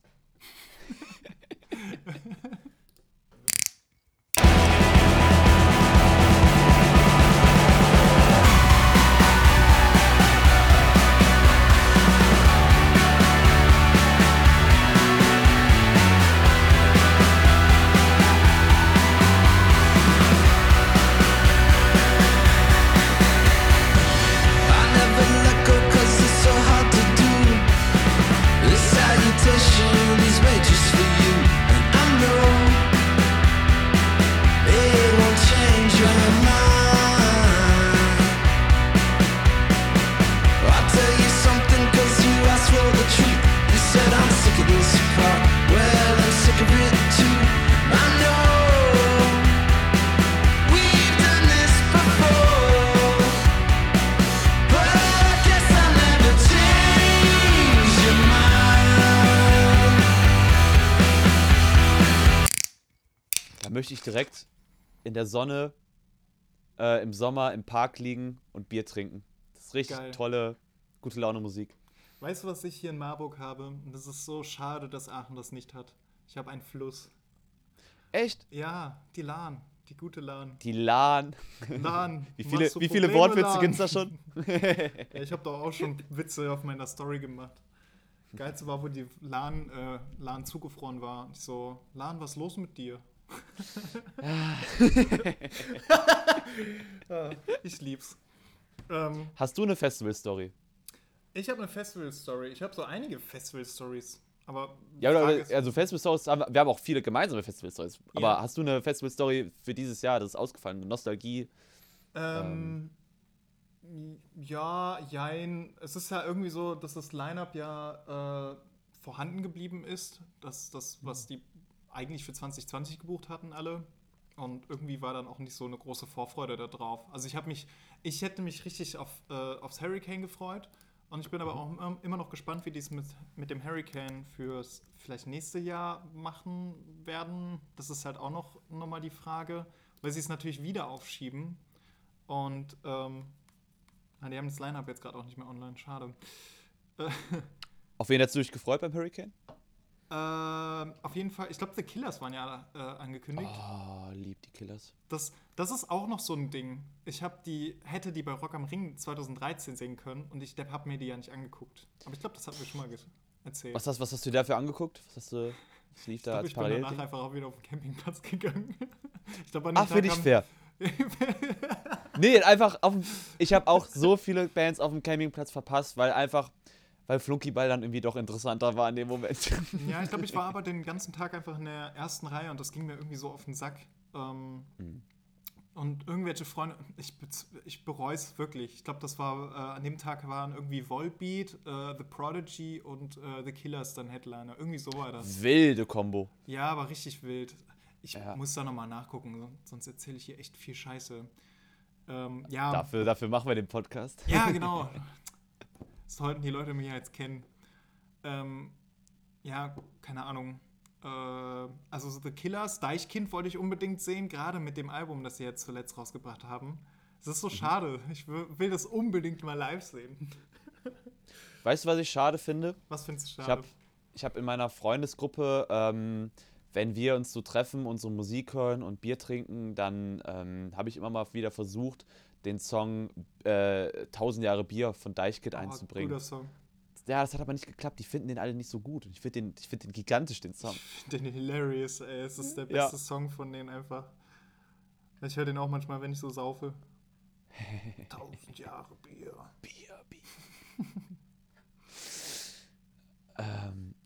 Möchte ich direkt in der Sonne äh, im Sommer im Park liegen und Bier trinken. Das ist richtig Geil. Tolle, gute Laune Musik. Weißt du, was ich hier in Marburg habe? Und das ist so schade, dass Aachen das nicht hat. Ich habe einen Fluss. Echt? Ja, die Lahn. Die gute Lahn. Die Lahn. Lahn. Wie viele, Was für wie viele Probleme, Wortwitze Lahn? gibt's da schon? Ja, ich habe doch auch schon Witze auf meiner Story gemacht. Geilste war, wo die Lahn, äh, Lahn zugefroren war. Und ich so, Lahn, was ist los mit dir? Ich lieb's. Ähm, Hast du eine Festival-Story? ich habe eine Festival-Story. Ich habe so einige Festival-Stories. Aber Ja, die oder, Frage ist- also Festival-Stories, haben- wir haben auch viele gemeinsame Festival-Stories. Aber Ja. hast du eine Festival-Story für dieses Jahr, das ist ausgefallen? Nostalgie? Ähm, ja, jein. Es ist ja irgendwie so, dass das Line-Up ja äh, vorhanden geblieben ist. Das, das, was die eigentlich für zwanzig zwanzig gebucht hatten, alle. Und irgendwie war dann auch nicht so eine große Vorfreude da drauf. Also ich habe mich, ich hätte mich richtig auf, äh, aufs Hurricane gefreut. Und ich bin aber auch im- immer noch gespannt, wie die es mit, mit dem Hurricane fürs vielleicht nächste Jahr machen werden. Das ist halt auch noch, noch mal die Frage, weil sie es natürlich wieder aufschieben. Und ähm, na, die haben das Line-Up jetzt gerade auch nicht mehr online, schade. Äh, Auf wen hast du dich gefreut beim Hurricane? ähm, auf jeden Fall, ich glaube, The Killers waren ja äh, angekündigt. Oh, lieb die Killers. Das, das ist auch noch so ein Ding. Ich hab die, hätte die bei Rock am Ring zwanzig dreizehn sehen können und ich habe mir die ja nicht angeguckt. Aber ich glaube, das hatten wir schon mal ge- erzählt. Was hast, was hast du dafür angeguckt? Was hast du, was lief ich da glaube, als ich bin Parallel? danach einfach auch wieder auf den Campingplatz gegangen. Ich glaub, an dem Ach, finde ich Tag fair. Nee, einfach auf dem, ich habe auch so viele Bands auf dem Campingplatz verpasst, weil einfach, weil Flunkyball dann irgendwie doch interessanter war in dem Moment. haben- Ja, ich glaube, ich war aber den ganzen Tag einfach in der ersten Reihe und das ging mir irgendwie so auf den Sack. Ähm, Mhm. Und irgendwelche Freunde, ich, bez- ich bereue es wirklich. Ich glaube, das war, äh, an dem Tag waren irgendwie Volbeat, äh, The Prodigy und äh, The Killers dann Headliner. Irgendwie so war das. Wilde Kombo. Ja, aber richtig wild. Ich Ja. muss da nochmal nachgucken, sonst erzähle ich hier echt viel Scheiße. Ähm, ja, Dafür, dafür machen wir den Podcast. ja, genau. Das sollten die Leute mich ja jetzt kennen. Ähm, ja, keine Ahnung. Äh, also so The Killers, Deichkind wollte ich unbedingt sehen, gerade mit dem Album, das sie jetzt zuletzt rausgebracht haben. Es ist so Mhm. schade. Ich will, will das unbedingt mal live sehen. Weißt du, was ich schade finde? Was findest du Ich schade? habe ich hab in meiner Freundesgruppe, ähm, wenn wir uns so treffen und so Musik hören und Bier trinken, dann ähm, habe ich immer mal wieder versucht, den Song äh, tausend Jahre Bier von Deichkind Oh, einzubringen. guter Song. Ja, das hat aber nicht geklappt. Die finden den alle nicht so gut. Und ich finde den, ich find den gigantisch, den Song. Ich finde den hilarious, ey. Es ist der Ja. beste Song von denen einfach. Ich höre den auch manchmal, wenn ich so saufe. Tausend Jahre Bier. Bier, Bier.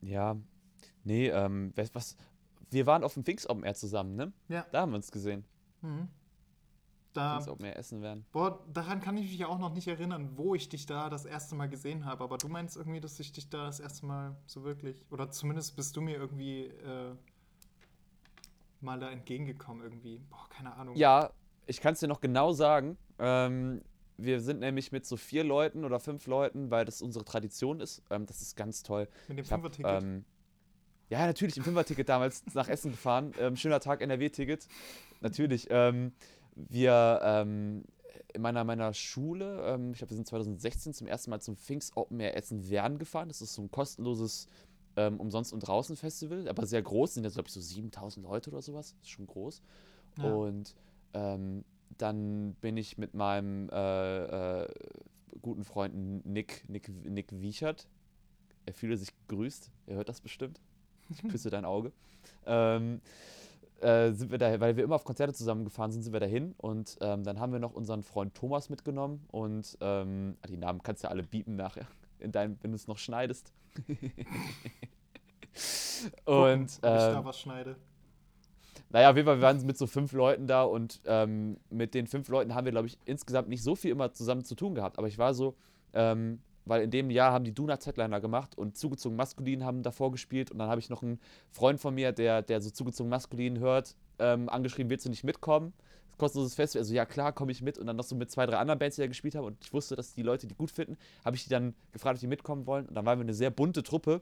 Ja, nee, ähm, was, was, wir waren auf dem Pfingst Open Air zusammen, ne? Ja. Da haben wir uns gesehen. Mhm. Da, Pfingst Open Air essen werden. boah, daran kann ich mich auch noch nicht erinnern, wo ich dich da das erste Mal gesehen habe. Aber du meinst irgendwie, dass ich dich da das erste Mal so wirklich, oder zumindest bist du mir irgendwie äh, mal da entgegengekommen irgendwie. Boah, keine Ahnung. Ja, ich kann es dir noch genau sagen. Ähm, wir sind nämlich mit so vier Leuten oder fünf Leuten, weil das unsere Tradition ist. Ähm, das ist ganz toll. Mit dem Ich hab, Fünfer-Ticket. ähm, ja, natürlich, im Fünfer-Ticket damals nach Essen gefahren. Ähm, schöner Tag, N R W-Ticket. Natürlich. Ähm, wir ähm, in meiner, meiner Schule, ähm, ich glaube, wir sind zwanzig sechzehn zum ersten Mal zum Pfingst Open Air Essen-Werden gefahren. Das ist so ein kostenloses ähm, Umsonst- und Draußen-Festival, aber sehr groß. Sind jetzt, glaube ich, so siebentausend Leute oder sowas. Das ist schon groß. Ja. Und ähm, dann bin ich mit meinem äh, äh, guten Freund Nick, Nick, Nick Wiechert. Er fühle sich gegrüßt. Er hört das bestimmt. Ich küsse dein Auge. Ähm, äh, sind wir da, weil wir immer auf Konzerte zusammengefahren sind, sind wir dahin. Und ähm, dann haben wir noch unseren Freund Thomas mitgenommen. Und ähm, die Namen kannst du ja alle biepen nachher, in deinem, wenn du es noch schneidest. Gucken, Und ob ich da ähm, was schneide. naja, auf jeden Fall, wir waren mit so fünf Leuten da und ähm, mit den fünf Leuten haben wir, glaube ich, insgesamt nicht so viel immer zusammen zu tun gehabt. Aber ich war so, ähm, weil in dem Jahr haben die Donuts Headliner gemacht und Zugezogen Maskulin haben davor gespielt und dann habe ich noch einen Freund von mir, der, der so Zugezogen Maskulin hört, ähm, angeschrieben, willst du nicht mitkommen? Kostenloses Festival, also ja klar, komme ich mit und dann noch so mit zwei, drei anderen Bands, die da gespielt haben und ich wusste, dass die Leute die gut finden, habe ich die dann gefragt, ob die mitkommen wollen und dann waren wir eine sehr bunte Truppe.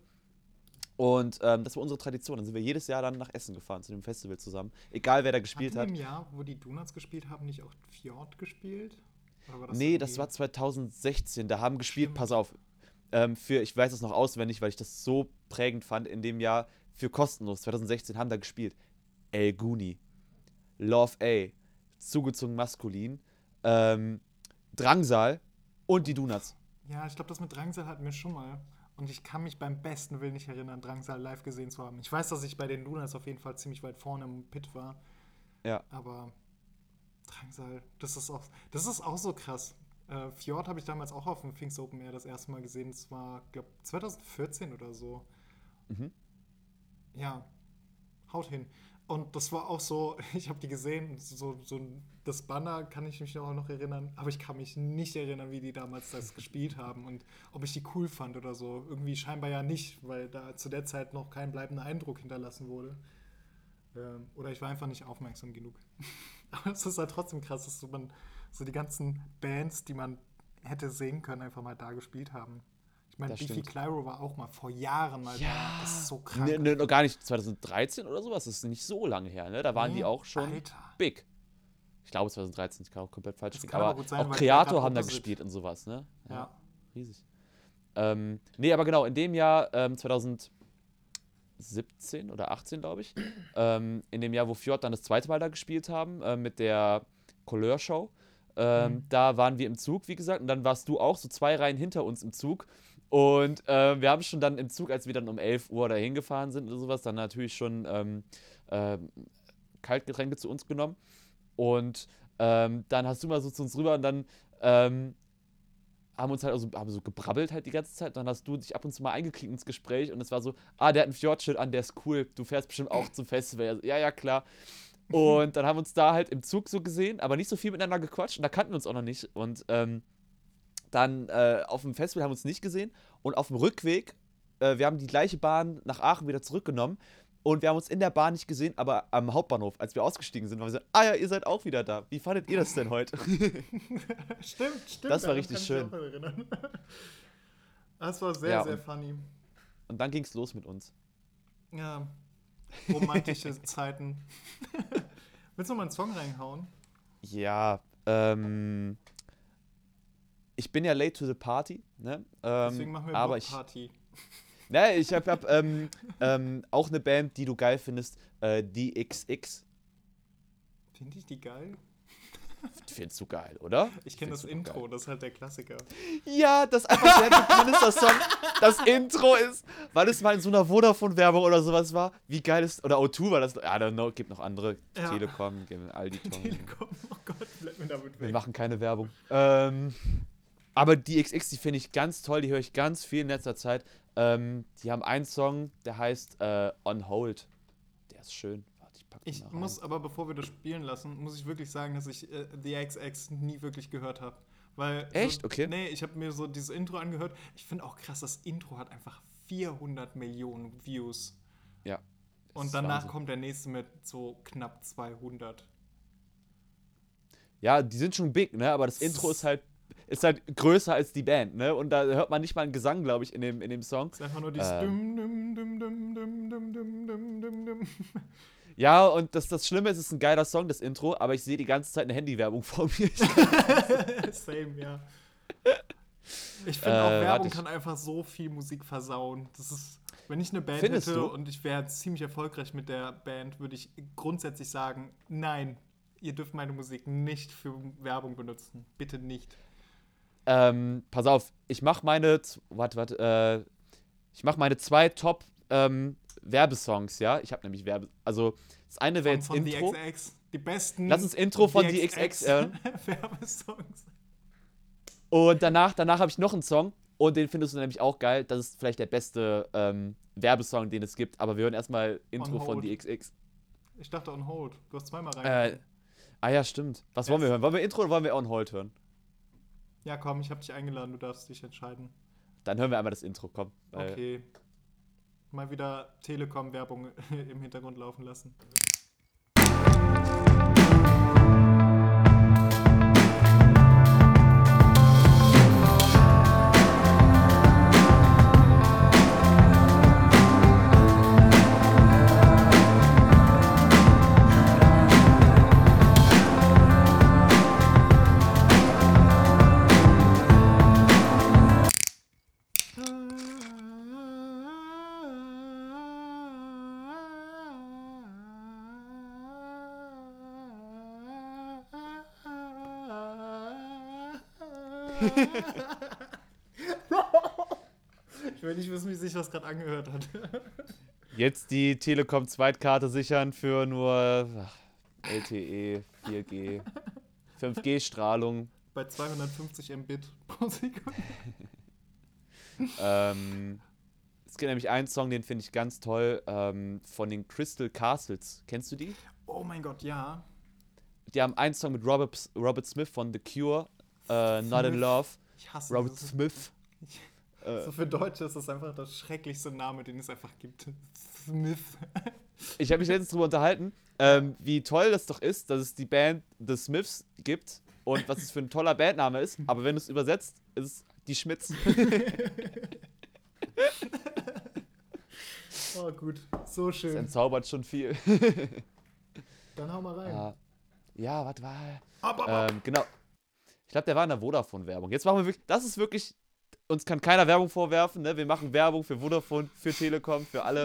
Und ähm, das war unsere Tradition. Dann sind wir jedes Jahr dann nach Essen gefahren, zu dem Festival zusammen. Egal, wer da gespielt Hatten hat. im Jahr, wo die Donuts gespielt haben, nicht auch Fjord gespielt? Oder war das Nee, irgendwie- das war zwanzig sechzehn. Da haben gespielt, Stimmt. pass auf, ähm, für, ich weiß es noch auswendig, weil ich das so prägend fand, in dem Jahr für kostenlos, zwanzig sechzehn haben da gespielt El Guni, Love A, Zugezogen Maskulin, ähm, Drangsal und die Donuts. Ja, ich glaube, das mit Drangsal hatten wir schon mal. Und ich kann mich beim besten Willen nicht erinnern, Drangsal live gesehen zu haben. Ich weiß, dass ich bei den Donuts auf jeden Fall ziemlich weit vorne im Pit war. Ja. Aber Drangsal, das ist auch, das ist auch so krass. Äh, Fjord habe ich damals auch auf dem Pfingst Open Air das erste Mal gesehen. Das war, glaube ich, zwanzig vierzehn oder so. Mhm. Ja, haut hin. Und das war auch so, ich habe die gesehen, so, so das Banner kann ich mich auch noch erinnern, aber ich kann mich nicht erinnern, wie die damals das gespielt haben und ob ich die cool fand oder so. Irgendwie scheinbar ja nicht, weil da zu der Zeit noch kein bleibender Eindruck hinterlassen wurde. Ähm, oder ich war einfach nicht aufmerksam genug. Aber es ist halt trotzdem krass, dass so, man, so die ganzen Bands, die man hätte sehen können, einfach mal da gespielt haben. Ich meine, Das Beefy stimmt. Clyro war auch mal vor Jahren mal da. Das ist so krank. Ne, ne, noch gar nicht zwanzig dreizehn oder sowas, das ist nicht so lange her, ne? Da waren Nee, die auch schon Alter. big. Ich glaube zwanzig dreizehn, ich kann auch komplett falsch Das liegen, kann aber aber gut sein, auch weil Creator der grad haben da opposite- gespielt und sowas, ne? Ja. Riesig. Ähm, nee, aber genau, in dem Jahr, ähm, zwanzig siebzehn oder achtzehn, glaube ich, ähm, in dem Jahr, wo Fjord dann das zweite Mal da gespielt haben, äh, mit der Couleur Show, ähm, Mhm. da waren wir im Zug, wie gesagt, und dann warst du auch so zwei Reihen hinter uns im Zug. Und ähm, wir haben schon dann im Zug, als wir dann um elf Uhr dahin gefahren sind oder sowas, dann natürlich schon ähm, ähm, Kaltgetränke zu uns genommen. Und ähm, dann hast du mal so zu uns rüber und dann ähm, haben uns halt also, haben so gebrabbelt halt die ganze Zeit. Dann hast du dich ab und zu mal eingeklinkt ins Gespräch und es war so, ah, der hat ein Fjord-Schild an, der ist cool, du fährst bestimmt auch zum Festival. Also, ja, ja, klar. Und dann haben wir uns da halt im Zug so gesehen, aber nicht so viel miteinander gequatscht und da kannten wir uns auch noch nicht. Und ähm, dann äh, auf dem Festival haben wir uns nicht gesehen und auf dem Rückweg, äh, wir haben die gleiche Bahn nach Aachen wieder zurückgenommen und wir haben uns in der Bahn nicht gesehen, aber am Hauptbahnhof, als wir ausgestiegen sind, waren wir so, ah ja, ihr seid auch wieder da. Wie fandet ihr das denn heute? Stimmt, stimmt. Das war daran richtig kann ich schön. mich auch erinnern. Das war sehr, Ja, sehr und- funny. Und dann ging's los mit uns. Ja, romantische Zeiten. Willst du mal einen Song reinhauen? Ja, ähm, ich bin ja late to the party, ne? Ähm, Deswegen machen wir aber ich, Blockparty. ne, ich hab, hab ähm, ähm, auch eine Band, die du geil findest, äh, D X X. Finde ich die geil? Findest du geil, oder? Ich kenne das Findest du Intro, geil. das ist halt der Klassiker. Ja, das einfach der bekannteste Song, das Intro ist, weil es mal in so einer Vodafone-Werbung oder sowas war. Wie geil ist, oder O zwei war das, I don't know, gibt noch andere, Ja. Telekom, Aldi, Tom. Telekom, oh Gott, bleib mir damit Wir weg. machen keine Werbung. Ähm, Aber die X X, die finde ich ganz toll, die höre ich ganz viel in letzter Zeit. Ähm, die haben einen Song, der heißt äh, On Hold. Der ist schön. Warte, ich pack den Ich mal rein. muss aber, bevor wir das spielen lassen, muss ich wirklich sagen, dass ich äh, The X X nie wirklich gehört habe. Weil Echt? So, Okay. Nee, ich habe mir so dieses Intro angehört. Ich finde auch krass, das Intro hat einfach vierhundert Millionen Views. Ja. das Und ist danach Wahnsinn. kommt der nächste mit so knapp zweihundert. Ja, die sind schon big, ne? Aber das Intro ist halt, ist halt größer als die Band, ne? Und da hört man nicht mal einen Gesang, glaube ich, in dem, in dem Song. Es ist einfach nur dieses Ähm. dum, dum, dum, dum, dum, dum, dum, dum, dum. Ja, und das, das Schlimme ist, es ist ein geiler Song, das Intro, aber ich sehe die ganze Zeit eine Handywerbung vor mir. Same, ja. Ich finde Äh, auch, warte, Werbung ich- kann einfach so viel Musik versauen. Das ist, wenn ich eine Band Findest hätte du? und ich wäre ziemlich erfolgreich mit der Band, würde ich grundsätzlich sagen, nein, ihr dürft meine Musik nicht für Werbung benutzen. Bitte nicht. ähm, pass auf, ich mach meine, z- warte, warte, äh, ich mach meine zwei Top ähm, Werbesongs, ja? Ich habe nämlich Werbe, also das eine wäre Von, jetzt von The Intro. X X. Die besten Lass uns Intro von The X X hören. Werbesongs. Und danach, danach habe ich noch einen Song und den findest du nämlich auch geil. Das ist vielleicht der beste ähm, Werbesong, den es gibt. Aber wir hören erstmal Intro On von Hold. The X X. Ich dachte on hold. Du hast zweimal Äh, rein. ah ja, stimmt. Was wollen wir Yes. hören? Wollen wir Intro oder wollen wir On Hold hören? Ja, komm, ich habe dich eingeladen, du darfst dich entscheiden. Dann hören wir einmal das Intro, komm. Weil- Okay. Mal wieder Telekom-Werbung im Hintergrund laufen lassen. Ich will nicht wissen, wie sich das gerade angehört hat. Jetzt die Telekom-Zweitkarte sichern für nur ach, L T E, vier G, fünf G-Strahlung. Bei zweihundertfünfzig Mbit pro Sekunde. Ähm, es gibt nämlich einen Song, den finde ich ganz toll, ähm, von den Crystal Castles. Kennst du die? Oh mein Gott, ja. Die haben einen Song mit Robert, Robert Smith von The Cure, äh, Not in Smith. Love. Ich hasse Robert dieses- Smith. Äh, So für Deutsche ist das einfach das schrecklichste Name, den es einfach gibt. Smith. ich habe mich letztens darüber unterhalten, ähm, wie toll das doch ist, dass es die Band The Smiths gibt und was es für ein toller Bandname ist. Aber wenn du es übersetzt, ist es die Schmitz. Oh gut, so Das schön. entzaubert schon viel. Dann hau mal rein. Ja, ja warte mal. Ab, ab, ab. Ähm, genau. Ich glaube, der war in der Vodafone-Werbung. Jetzt machen wir wirklich, das ist wirklich, uns kann keiner Werbung vorwerfen, ne? Wir machen Werbung für Vodafone, für Telekom, für alle.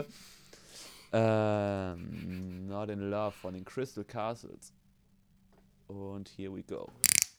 Ähm, Not in Love von den Crystal Castles. Und here we go.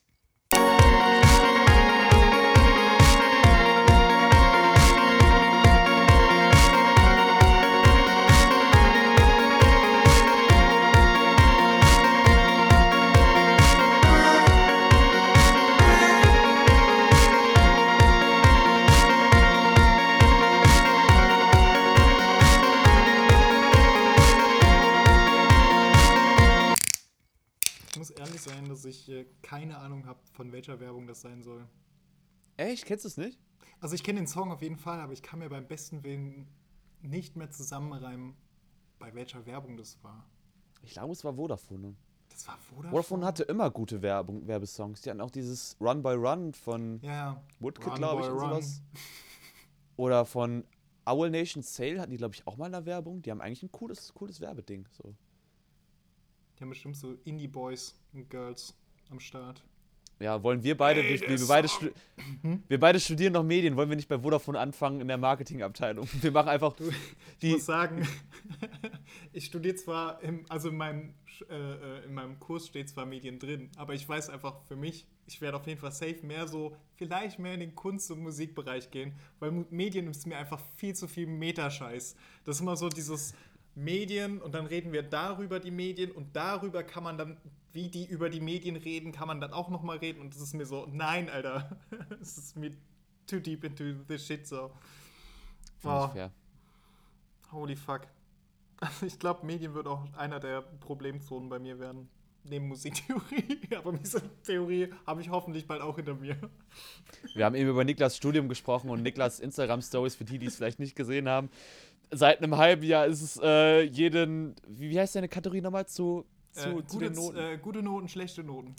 Ich muss ehrlich sein, dass ich äh, keine Ahnung habe, von welcher Werbung das sein soll. Echt? Kennst du es nicht? Also ich kenne den Song auf jeden Fall, aber ich kann mir beim besten Willen nicht mehr zusammenreimen, bei welcher Werbung das war. Ich glaube, es war Vodafone. Das war Vodafone? Vodafone hatte immer gute Werbung, Werbesongs. Die hatten auch dieses Run by Run von Ja, ja. Woodkid, Run, glaube ich, Boy, und Run. sowas. Oder von Owl Nation Sale hatten die, glaube ich, auch mal eine Werbung. Die haben eigentlich ein cooles, cooles Werbeding. So. Die haben bestimmt so Indie-Boys und Girls am Start. Ja, wollen wir beide, Ey, wir, der wir, beide Song. stu- wir beide studieren noch Medien, wollen wir nicht bei Vodafone anfangen in der Marketingabteilung? Wir machen einfach Ich die. muss sagen, ich studiere zwar, im, also in meinem, äh, äh, in meinem Kurs steht zwar Medien drin, aber ich weiß einfach für mich, ich werde auf jeden Fall safe mehr so, vielleicht mehr in den Kunst- und Musikbereich gehen, weil Mu- Medien ist mir einfach viel zu viel Metascheiß. Das ist immer so dieses Medien und dann reden wir darüber, die Medien, und darüber kann man dann wie die über die Medien reden, kann man dann auch nochmal reden. Und das ist mir so, nein, Alter. Es ist mir too deep into the shit, so. Finde Oh, ich fair. holy fuck. Also ich glaube, Medien wird auch einer der Problemzonen bei mir werden. Neben Musiktheorie. Aber Musiktheorie habe ich hoffentlich bald auch hinter mir. Wir haben eben über Niklas Studium gesprochen und Niklas Instagram-Stories, für die, die es vielleicht nicht gesehen haben. Seit einem halben Jahr ist es äh, jeden, wie, wie heißt deine Kategorie nochmal, zu, zu, Äh, zu gute, den Noten? Äh, gute Noten, schlechte Noten.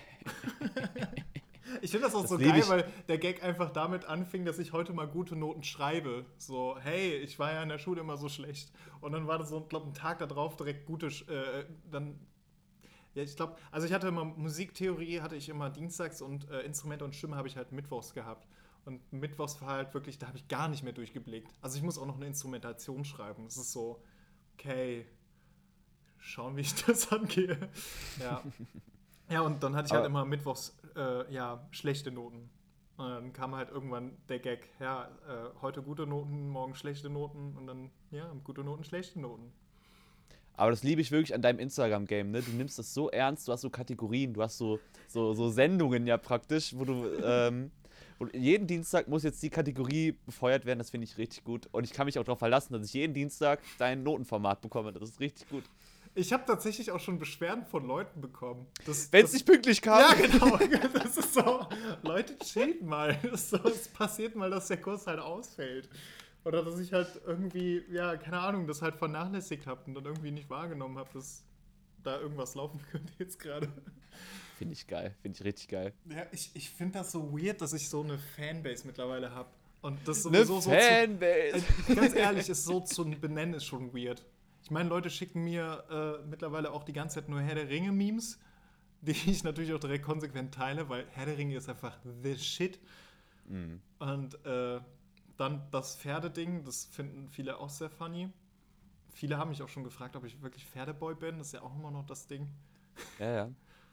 Ich finde das auch Das so lieb geil, ich. weil der Gag einfach damit anfing, dass ich heute mal gute Noten schreibe. So, hey, ich war ja in der Schule immer so schlecht. Und dann war das so, glaube ein Tag darauf direkt gute, Sch- äh, dann, ja, ich glaube, also ich hatte immer Musiktheorie, hatte ich immer dienstags und äh, Instrumente und Stimme habe ich halt mittwochs gehabt. Und mittwochs war halt wirklich, da habe ich gar nicht mehr durchgeblickt. Also ich muss auch noch eine Instrumentation schreiben. Es ist so, okay, schauen, wie ich das angehe. Ja. Ja, und dann hatte ich halt Aber- immer mittwochs äh, ja, schlechte Noten. Und dann kam halt irgendwann der Gag, ja, äh, heute gute Noten, morgen schlechte Noten und dann, ja, gute Noten, schlechte Noten. Aber das liebe ich wirklich an deinem Instagram-Game, ne? Du nimmst das so ernst, du hast so Kategorien, du hast so, so, so Sendungen ja praktisch, wo du, ähm, wo du- jeden Dienstag muss jetzt die Kategorie befeuert werden, das finde ich richtig gut. Und ich kann mich auch darauf verlassen, dass ich jeden Dienstag dein Notenformat bekomme, das ist richtig gut. Ich habe tatsächlich auch schon Beschwerden von Leuten bekommen. Das, Wenn es das- nicht pünktlich kam. Ja, genau. Das ist so, Leute, chillt mal. Das ist so, es passiert mal, dass der Kurs halt ausfällt. Oder dass ich halt irgendwie, ja, keine Ahnung, das halt vernachlässigt habe und dann irgendwie nicht wahrgenommen habe, dass da irgendwas laufen könnte jetzt gerade. Finde ich geil, finde ich richtig geil. Ja, ich, ich finde das so weird, dass ich so eine Fanbase mittlerweile habe. Und das Eine sowieso so Fanbase. zu, äh, ganz ehrlich, ist so zu benennen ist schon weird. Ich meine, Leute schicken mir äh, mittlerweile auch die ganze Zeit nur Herr der Ringe-Memes, die ich natürlich auch direkt konsequent teile, weil Herr der Ringe ist einfach the shit. Mhm. Und äh, dann das Pferdeding, das finden viele auch sehr funny. Viele haben mich auch schon gefragt, ob ich wirklich Pferdeboy bin. Das ist ja auch immer noch das Ding. Ja, ja.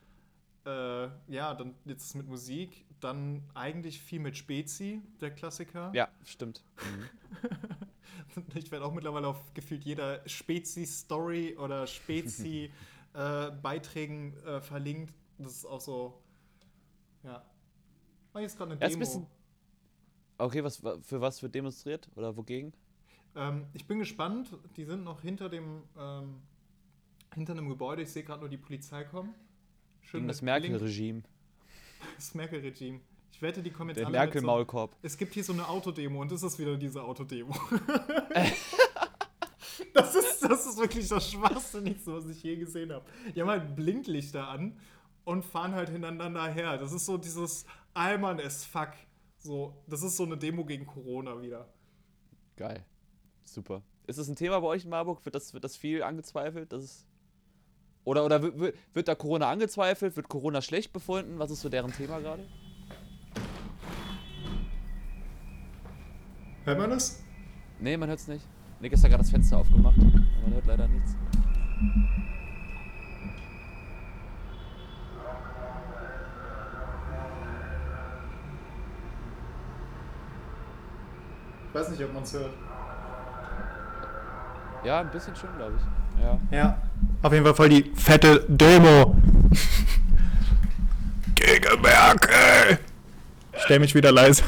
Äh, ja, dann jetzt mit Musik, dann eigentlich viel mit Spezi, der Klassiker. Ja, stimmt. Mhm. Ich werde auch mittlerweile auf gefühlt jeder Spezi-Story oder Spezi-Beiträgen äh, verlinkt. Das ist auch so, ja. Oh, hier ist gerade eine Ja, ist ein Demo. bisschen- Okay, was, für was wird demonstriert oder wogegen? Ähm, ich bin gespannt. Die sind noch hinter dem ähm, hinter einem Gebäude. Ich sehe gerade nur die Polizei kommen. Schön Gegen mit das Merkel-Regime. Das Merkel-Regime. Ich wette, die kommen jetzt Der alle mit so, Merkel-Maulkorb. es gibt hier so eine Autodemo und das ist wieder diese Autodemo. das, ist, das ist wirklich das Schwachsinnigste, was ich je gesehen habe. Die haben halt Blinklichter an und fahren halt hintereinander her. Das ist so dieses Allmann as fuck. So, das ist so eine Demo gegen Corona wieder. Geil. Super. Ist das ein Thema bei euch in Marburg? Wird das, wird das viel angezweifelt? Das ist oder oder wird- wird, wird da Corona angezweifelt? Wird Corona schlecht befunden? Was ist so deren Thema gerade? Hört man das? Nee, man hört's nicht. Nick ist da gerade das Fenster aufgemacht. Aber man hört leider nichts. Ich weiß nicht, ob man es hört. Ja, ein bisschen schon, glaube ich. Ja. Ja. Auf jeden Fall voll die fette Demo. Gegen Merkel. Stell mich wieder leise.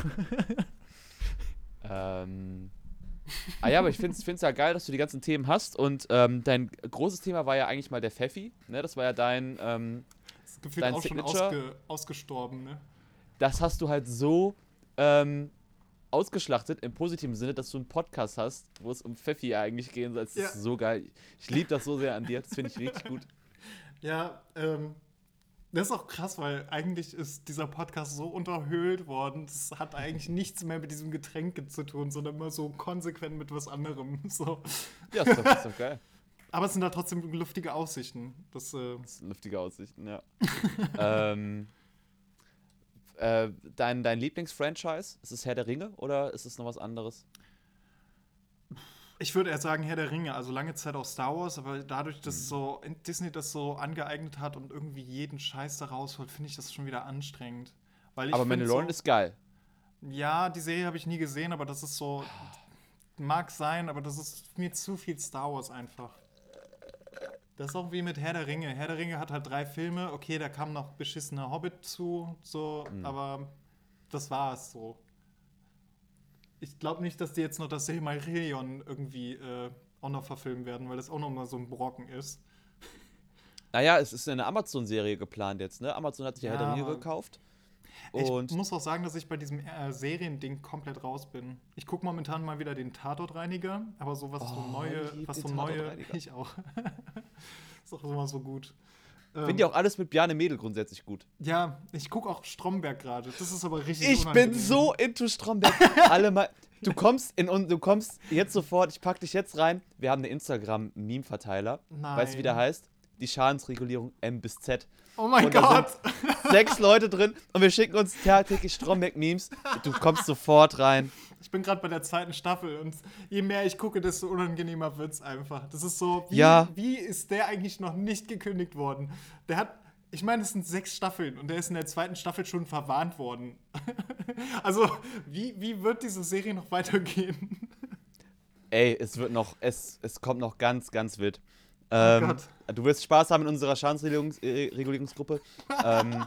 Ähm. Ah ja, aber ich finde es ja geil, dass du die ganzen Themen hast. Und ähm, dein großes Thema war ja eigentlich mal der Pfeffi. Ne? Das war ja dein. Ähm, Das ist gefühlt Dein auch schon Signature? ausge, ausgestorben, ne? das hast du halt so ähm, ausgeschlachtet, im positiven Sinne, dass du einen Podcast hast, wo es um Pfeffi eigentlich gehen soll. Das Ja. ist so geil. Ich liebe das so sehr an dir. Das finde ich richtig gut. Ja, ähm, das ist auch krass, weil eigentlich ist dieser Podcast so unterhöhlt worden. Das hat eigentlich nichts mehr mit diesem Getränk zu tun, sondern immer so konsequent mit was anderem. So. Ja, ist doch, ist doch geil. Aber es sind da trotzdem luftige Aussichten. Das, äh, Das sind luftige Aussichten, ja. ähm, äh, dein, dein Lieblingsfranchise? Ist es Herr der Ringe oder ist es noch was anderes? ich würde eher sagen Herr der Ringe, also lange Zeit auch Star Wars, aber dadurch, dass Mhm. so Disney das so angeeignet hat und irgendwie jeden Scheiß da rausholt, finde ich das schon wieder anstrengend. Weil ich Aber find Mandalorian so, ist geil. ja, die Serie habe ich nie gesehen, aber das ist so, mag sein, aber das ist mir zu viel Star Wars einfach. Das ist auch wie mit Herr der Ringe. Herr der Ringe hat halt drei Filme. Okay, da kam noch beschissener Hobbit zu, so, mhm. aber das war's so. Ich glaube nicht, dass die jetzt noch das Silmarillion irgendwie äh, auch noch verfilmen werden, weil das auch noch mal so ein Brocken ist. Naja, es ist eine Amazon-Serie geplant jetzt, ne? Amazon hat sich ja, Herr der Ringe gekauft. Und ich muss auch sagen, dass ich bei diesem äh, Seriending komplett raus bin. Ich gucke momentan mal wieder den Tatortreiniger, aber so was oh, so neue, was so neue, ich auch. Ist auch immer so gut. Finde ähm, ich auch alles mit Bjarne Mädel grundsätzlich gut. Ja, ich gucke auch Stromberg gerade. Das ist aber richtig Ich unangenehm. bin so into Stromberg. Alle mal, du kommst in und du kommst jetzt sofort, ich pack dich jetzt rein. Wir haben einen Instagram-Meme-Verteiler. Nein. Weißt du, wie der heißt? Die Schadensregulierung M bis Z. Oh mein und Gott! Da sind sechs Leute drin und wir schicken uns täglich Stromberg-Memes. Du kommst sofort rein. Ich bin gerade bei der zweiten Staffel und je mehr ich gucke, desto unangenehmer wird's einfach. Das ist so, wie, ja. wie ist der eigentlich noch nicht gekündigt worden? Der hat, ich meine, es sind sechs Staffeln und der ist in der zweiten Staffel schon verwarnt worden. Also, wie, wie wird diese Serie noch weitergehen? Ey, es wird noch, es, es kommt noch ganz, ganz wild. Oh ähm, Gott. Du wirst Spaß haben in unserer Schadensregulierungsgruppe. ähm,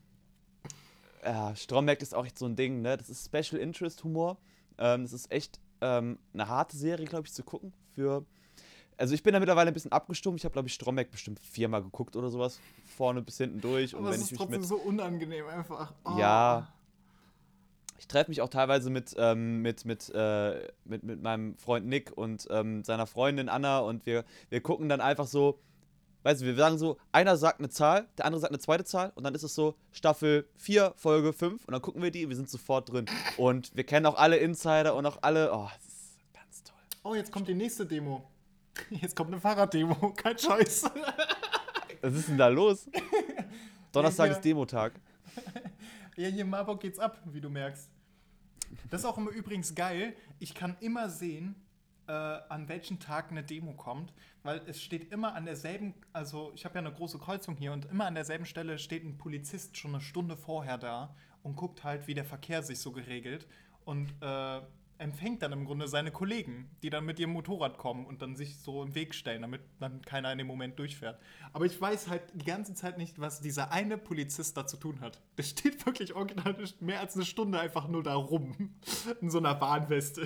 ja, Stromberg ist auch echt so ein Ding, ne? Das ist Special Interest Humor. Ähm, das ist echt ähm, eine harte Serie, glaube ich, zu gucken. Für also ich bin da mittlerweile ein bisschen abgestumpft. Ich habe, glaube ich, Stromberg bestimmt viermal geguckt oder sowas. Vorne bis hinten durch. Aber und wenn es ich ist mich trotzdem mit so unangenehm einfach. Oh. Ja. Ich treffe mich auch teilweise mit, ähm, mit, mit, äh, mit, mit meinem Freund Nick und ähm, seiner Freundin Anna und wir, wir gucken dann einfach so, weißt du, wir sagen so, einer sagt eine Zahl, der andere sagt eine zweite Zahl und dann ist es so Staffel vier, Folge fünf und dann gucken wir die und wir sind sofort drin. Und wir kennen auch alle Insider und auch alle, oh, das ist ganz toll. Oh, jetzt kommt die nächste Demo. Jetzt kommt eine Fahrraddemo, kein Scheiß. Was ist denn da los? Donnerstag ja, ist Demotag. Ja, hier in Marburg geht's ab, wie du merkst. Das ist auch immer übrigens geil. Ich kann immer sehen, äh, an welchem Tag eine Demo kommt, weil es steht immer an derselben, also ich habe ja eine große Kreuzung hier und immer an derselben Stelle steht ein Polizist schon eine Stunde vorher da und guckt halt, wie der Verkehr sich so geregelt und äh, empfängt dann im Grunde seine Kollegen, die dann mit ihrem Motorrad kommen und dann sich so im Weg stellen, damit dann keiner in dem Moment durchfährt. Aber ich weiß halt die ganze Zeit nicht, was dieser eine Polizist da zu tun hat. Der steht wirklich original mehr als eine Stunde einfach nur da rum. In so einer Warnweste.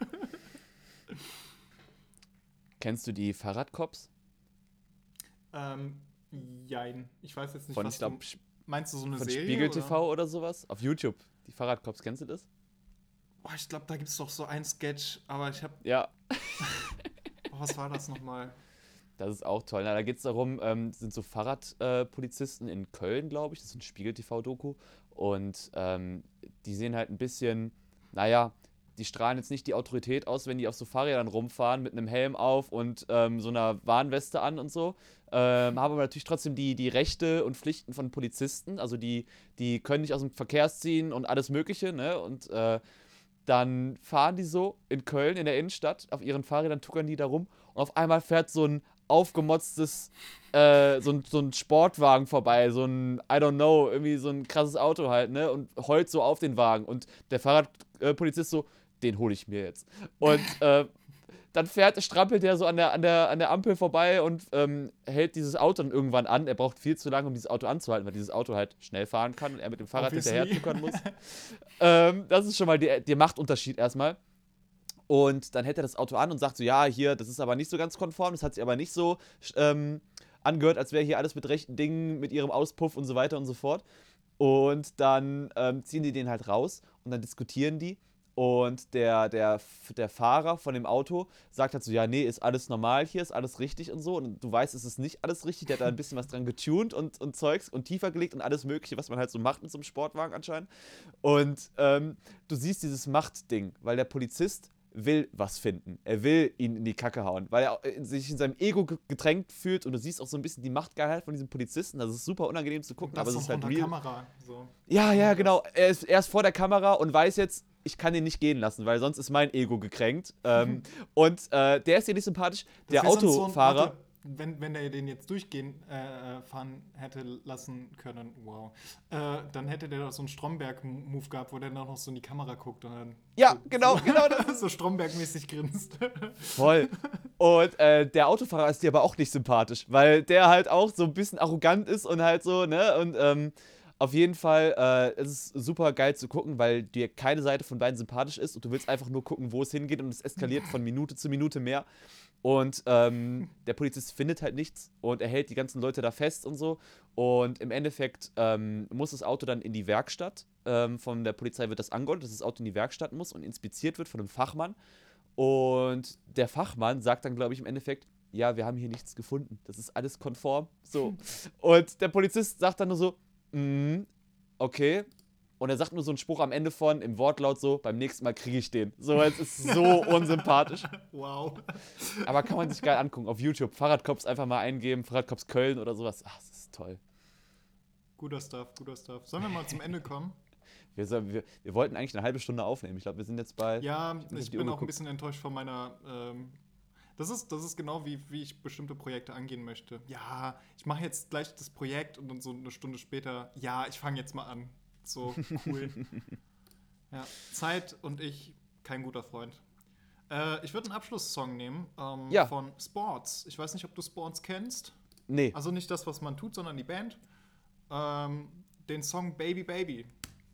Kennst du die Fahrradcops? Ähm, jein. Ich weiß jetzt nicht, von, was ich glaub, du... Meinst du so eine von Serie? Spiegel oder? T V oder sowas? Auf YouTube. Die Fahrradcops, kennst du das? Oh, ich glaube, da gibt es doch so ein Sketch, aber ich habe... Ja. Oh, was war das nochmal? Das ist auch toll. Na, da geht es darum, ähm, sind so Fahrradpolizisten äh, in Köln, glaube ich. Das ist ein Spiegel-T V-Doku. Und ähm, die sehen halt ein bisschen, naja, die strahlen jetzt nicht die Autorität aus, wenn die auf so Fahrrädern rumfahren mit einem Helm auf und ähm, so einer Warnweste an und so. Ähm, haben aber natürlich trotzdem die, die Rechte und Pflichten von Polizisten. Also die, die können nicht aus dem Verkehr ziehen und alles Mögliche, ne? Und äh, dann fahren die so in Köln, in der Innenstadt, auf ihren Fahrrädern tuckern die da rum und auf einmal fährt so ein aufgemotztes, äh, so, ein, so ein Sportwagen vorbei, so ein, I don't know, irgendwie so ein krasses Auto halt, ne, und heult so auf den Wagen und der Fahrradpolizist so, den hole ich mir jetzt. Und äh, dann fährt, strampelt der so an der, an der, an der Ampel vorbei und ähm, hält dieses Auto dann irgendwann an. Er braucht viel zu lange, um dieses Auto anzuhalten, weil dieses Auto halt schnell fahren kann und er mit dem Fahrrad Obviously. hinterher tuckern muss. ähm, das ist schon mal der, der Machtunterschied erstmal. Und dann hält er das Auto an und sagt so, ja, hier, das ist aber nicht so ganz konform, das hat sich aber nicht so ähm, angehört, als wäre hier alles mit rechten Dingen, mit ihrem Auspuff und so weiter und so fort. Und dann ähm, ziehen die den halt raus und dann diskutieren die. Und der, der, der Fahrer von dem Auto sagt halt so, ja, nee, ist alles normal hier, ist alles richtig und so. Und du weißt, es ist nicht alles richtig, der hat da ein bisschen was dran getuned und, und Zeugs und tiefer gelegt und alles Mögliche, was man halt so macht mit so einem Sportwagen anscheinend. Und ähm, du siehst dieses Machtding, weil der Polizist will was finden. Er will ihn in die Kacke hauen, weil er sich in seinem Ego getränkt fühlt und du siehst auch so ein bisschen die Machtgeilheit von diesem Polizisten. Das ist super unangenehm zu gucken, das aber es ist halt real. Kamera, so. Ja, ja, genau. Er ist, er ist vor der Kamera und weiß jetzt, ich kann ihn nicht gehen lassen, weil sonst ist mein Ego gekränkt. ähm, und äh, der ist dir nicht sympathisch. Der Das ist sonst Autofahrer. So ein, warte, wenn, wenn der den jetzt durchgehen äh, fahren hätte lassen können, wow, äh, dann hätte der doch so einen Stromberg-Move gehabt, wo der dann noch so in die Kamera guckt und dann Ja, so, genau, so, genau das ist so Stromberg-mäßig grinst. voll. Und äh, der Autofahrer ist dir aber auch nicht sympathisch, weil der halt auch so ein bisschen arrogant ist und halt so, ne, und ähm, auf jeden Fall äh, es ist es super geil zu gucken, weil dir keine Seite von beiden sympathisch ist und du willst einfach nur gucken, wo es hingeht und es eskaliert von Minute zu Minute mehr. Und ähm, der Polizist findet halt nichts und er hält die ganzen Leute da fest und so. Und im Endeffekt ähm, muss das Auto dann in die Werkstatt. Ähm, von der Polizei wird das angeordnet, dass das Auto in die Werkstatt muss und inspiziert wird von einem Fachmann. Und der Fachmann sagt dann, glaube ich, im Endeffekt, ja, wir haben hier nichts gefunden. Das ist alles konform. So. Und der Polizist sagt dann nur so, mm, okay. Und er sagt nur so einen Spruch am Ende von, im Wortlaut so, beim nächsten Mal kriege ich den. So, es ist so unsympathisch. Wow. Aber kann man sich geil angucken. Auf YouTube, Fahrradcops einfach mal eingeben, Fahrradcops Köln oder sowas. Ach, das ist toll. Guter Stuff, guter Stuff. Sollen wir mal zum Ende kommen? Wir, soll- wir, wir wollten eigentlich eine halbe Stunde aufnehmen. Ich glaube, wir sind jetzt bei... Ja, hab nicht auf ich die bin Uhr auch ein geguckt. bisschen enttäuscht von meiner. Ähm, das, ist, das ist genau wie, wie ich bestimmte Projekte angehen möchte. Ja, ich mache jetzt gleich das Projekt und dann so eine Stunde später, ja, ich fange jetzt mal an. So, cool. Ja, Zeit und ich, kein guter Freund. Äh, ich würde einen Abschlusssong nehmen ähm, Ja. von Sports. Ich weiß nicht, ob du Sports kennst. Nee, Also nicht das, was man tut, sondern die Band. Ähm, den Song Baby Baby.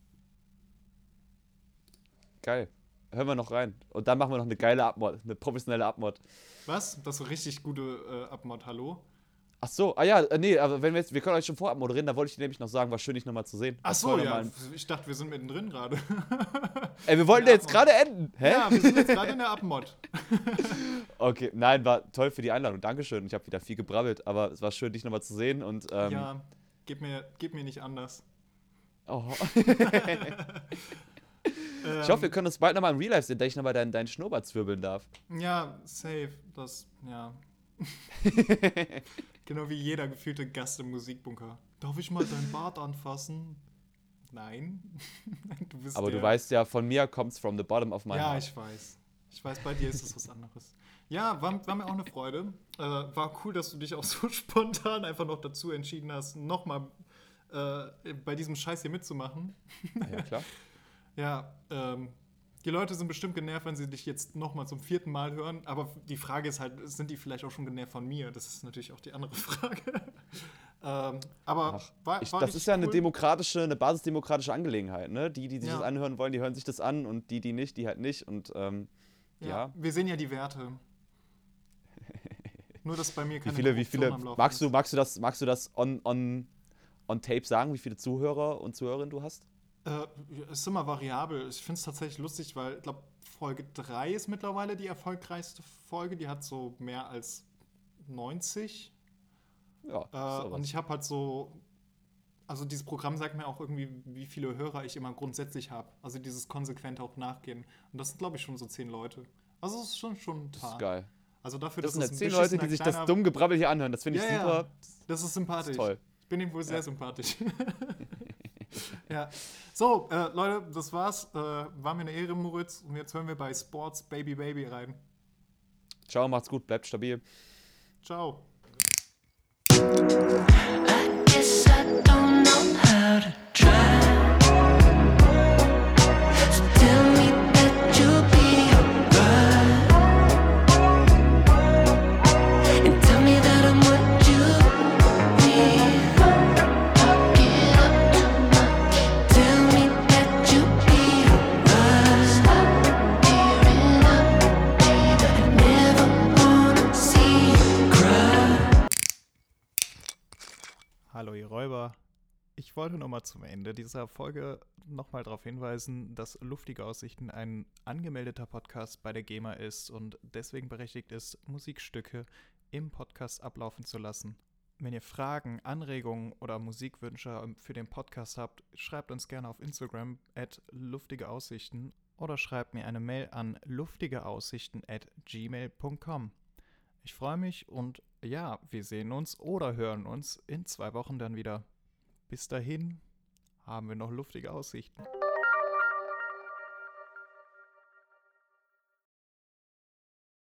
geil. Hören wir noch rein. Und dann machen wir noch eine geile Abmod, eine professionelle Abmod. Was? Das ist so richtig gute äh, Abmod, hallo? Ach so, ah ja, äh, nee, aber wenn wir jetzt, wir können euch schon vorab moderieren, da wollte ich dir nämlich noch sagen, war schön, dich nochmal zu sehen. Ach Das so, war noch ja. mal ein- Ich dachte, wir sind mittendrin gerade. Ey, wir wollten Ja, jetzt gerade enden. Hä? Ja, wir sind jetzt gerade in der Abmod. Okay, nein, war toll für die Einladung. Dankeschön. Ich habe wieder viel gebrabbelt, aber es war schön, dich nochmal zu sehen und ähm, Ja, gib mir, gib mir nicht anders. oh. Ähm, Ich hoffe, wir können uns bald nochmal im Real Life sehen, da ich nochmal deinen, deinen Schnurrbart zwirbeln darf. Ja, safe. Das, ja. Genau wie jeder gefühlte Gast im Musikbunker. Darf ich mal deinen Bart anfassen? Nein. Du bist Aber der, du weißt ja, von mir kommt's from the bottom of my Ja, heart. ich weiß. Ich weiß, bei dir ist es was anderes. Ja, war, war mir auch eine Freude. Äh, war cool, dass du dich auch so spontan einfach noch dazu entschieden hast, nochmal äh, bei diesem Scheiß hier mitzumachen. Ja, klar. Ja, ähm, die Leute sind bestimmt genervt, wenn sie dich jetzt nochmal zum vierten Mal hören. Aber die Frage ist halt, sind die vielleicht auch schon genervt von mir? Das ist natürlich auch die andere Frage. ähm, aber Ach, war, Ich, war das richtig ist ja eine cool. demokratische, eine basisdemokratische Angelegenheit, ne? Die, die sich Ja. das anhören wollen, die hören sich das an und die, die nicht, die halt nicht. Und ähm, Ja, ja. wir sehen ja die Werte. Nur, dass bei mir Wie keine viele, wie Korruption viele, am Laufen magst du, ist. magst du das, magst du das on, on, on tape sagen, wie viele Zuhörer und Zuhörerinnen du hast? Äh, ist immer variabel. Ich finde es tatsächlich lustig, weil ich glaube, Folge drei ist mittlerweile die erfolgreichste Folge. Die hat so mehr als neunzig. Ja, ist Äh, doch und was. ich habe halt so, also dieses Programm sagt mir auch irgendwie, wie viele Hörer ich immer grundsätzlich habe. Also dieses konsequente auch nachgehen. Und das sind, glaube ich, schon so zehn Leute. Also es ist schon, schon ein Das paar. ist geil. Also dafür, Das dass sind es ja ein zehn Leute, die beschissener sich das kleiner- dumme Gebrabbel hier anhören. Das finde ich Ja, ja. super. Das ist sympathisch. Das ist toll. Ich bin ihm wohl sehr Ja. sympathisch. Ja. So, äh, Leute, das war's. Äh, war mir eine Ehre, Moritz. Und jetzt hören wir bei Sports Baby Baby rein. Ciao, macht's gut, bleibt stabil. Ciao. Guess I don't know how to try. So tell me that you'll be alright, and tell me that I'm what you need. Talking up too much. Tell me that you'll be alright. Stop tearing up, baby. I never wanna see you cry. Hallo ihr Räuber. Ich wollte nochmal zum Ende dieser Folge nochmal darauf hinweisen, dass Luftige Aussichten ein angemeldeter Podcast bei der GEMA ist und deswegen berechtigt ist, Musikstücke im Podcast ablaufen zu lassen. Wenn ihr Fragen, Anregungen oder Musikwünsche für den Podcast habt, schreibt uns gerne auf Instagram at luftigeaussichten oder schreibt mir eine Mail an luftigeaussichten at gmail punkt com. Ich freue mich und ja, wir sehen uns oder hören uns in zwei Wochen dann wieder. Bis dahin haben wir noch luftige Aussichten.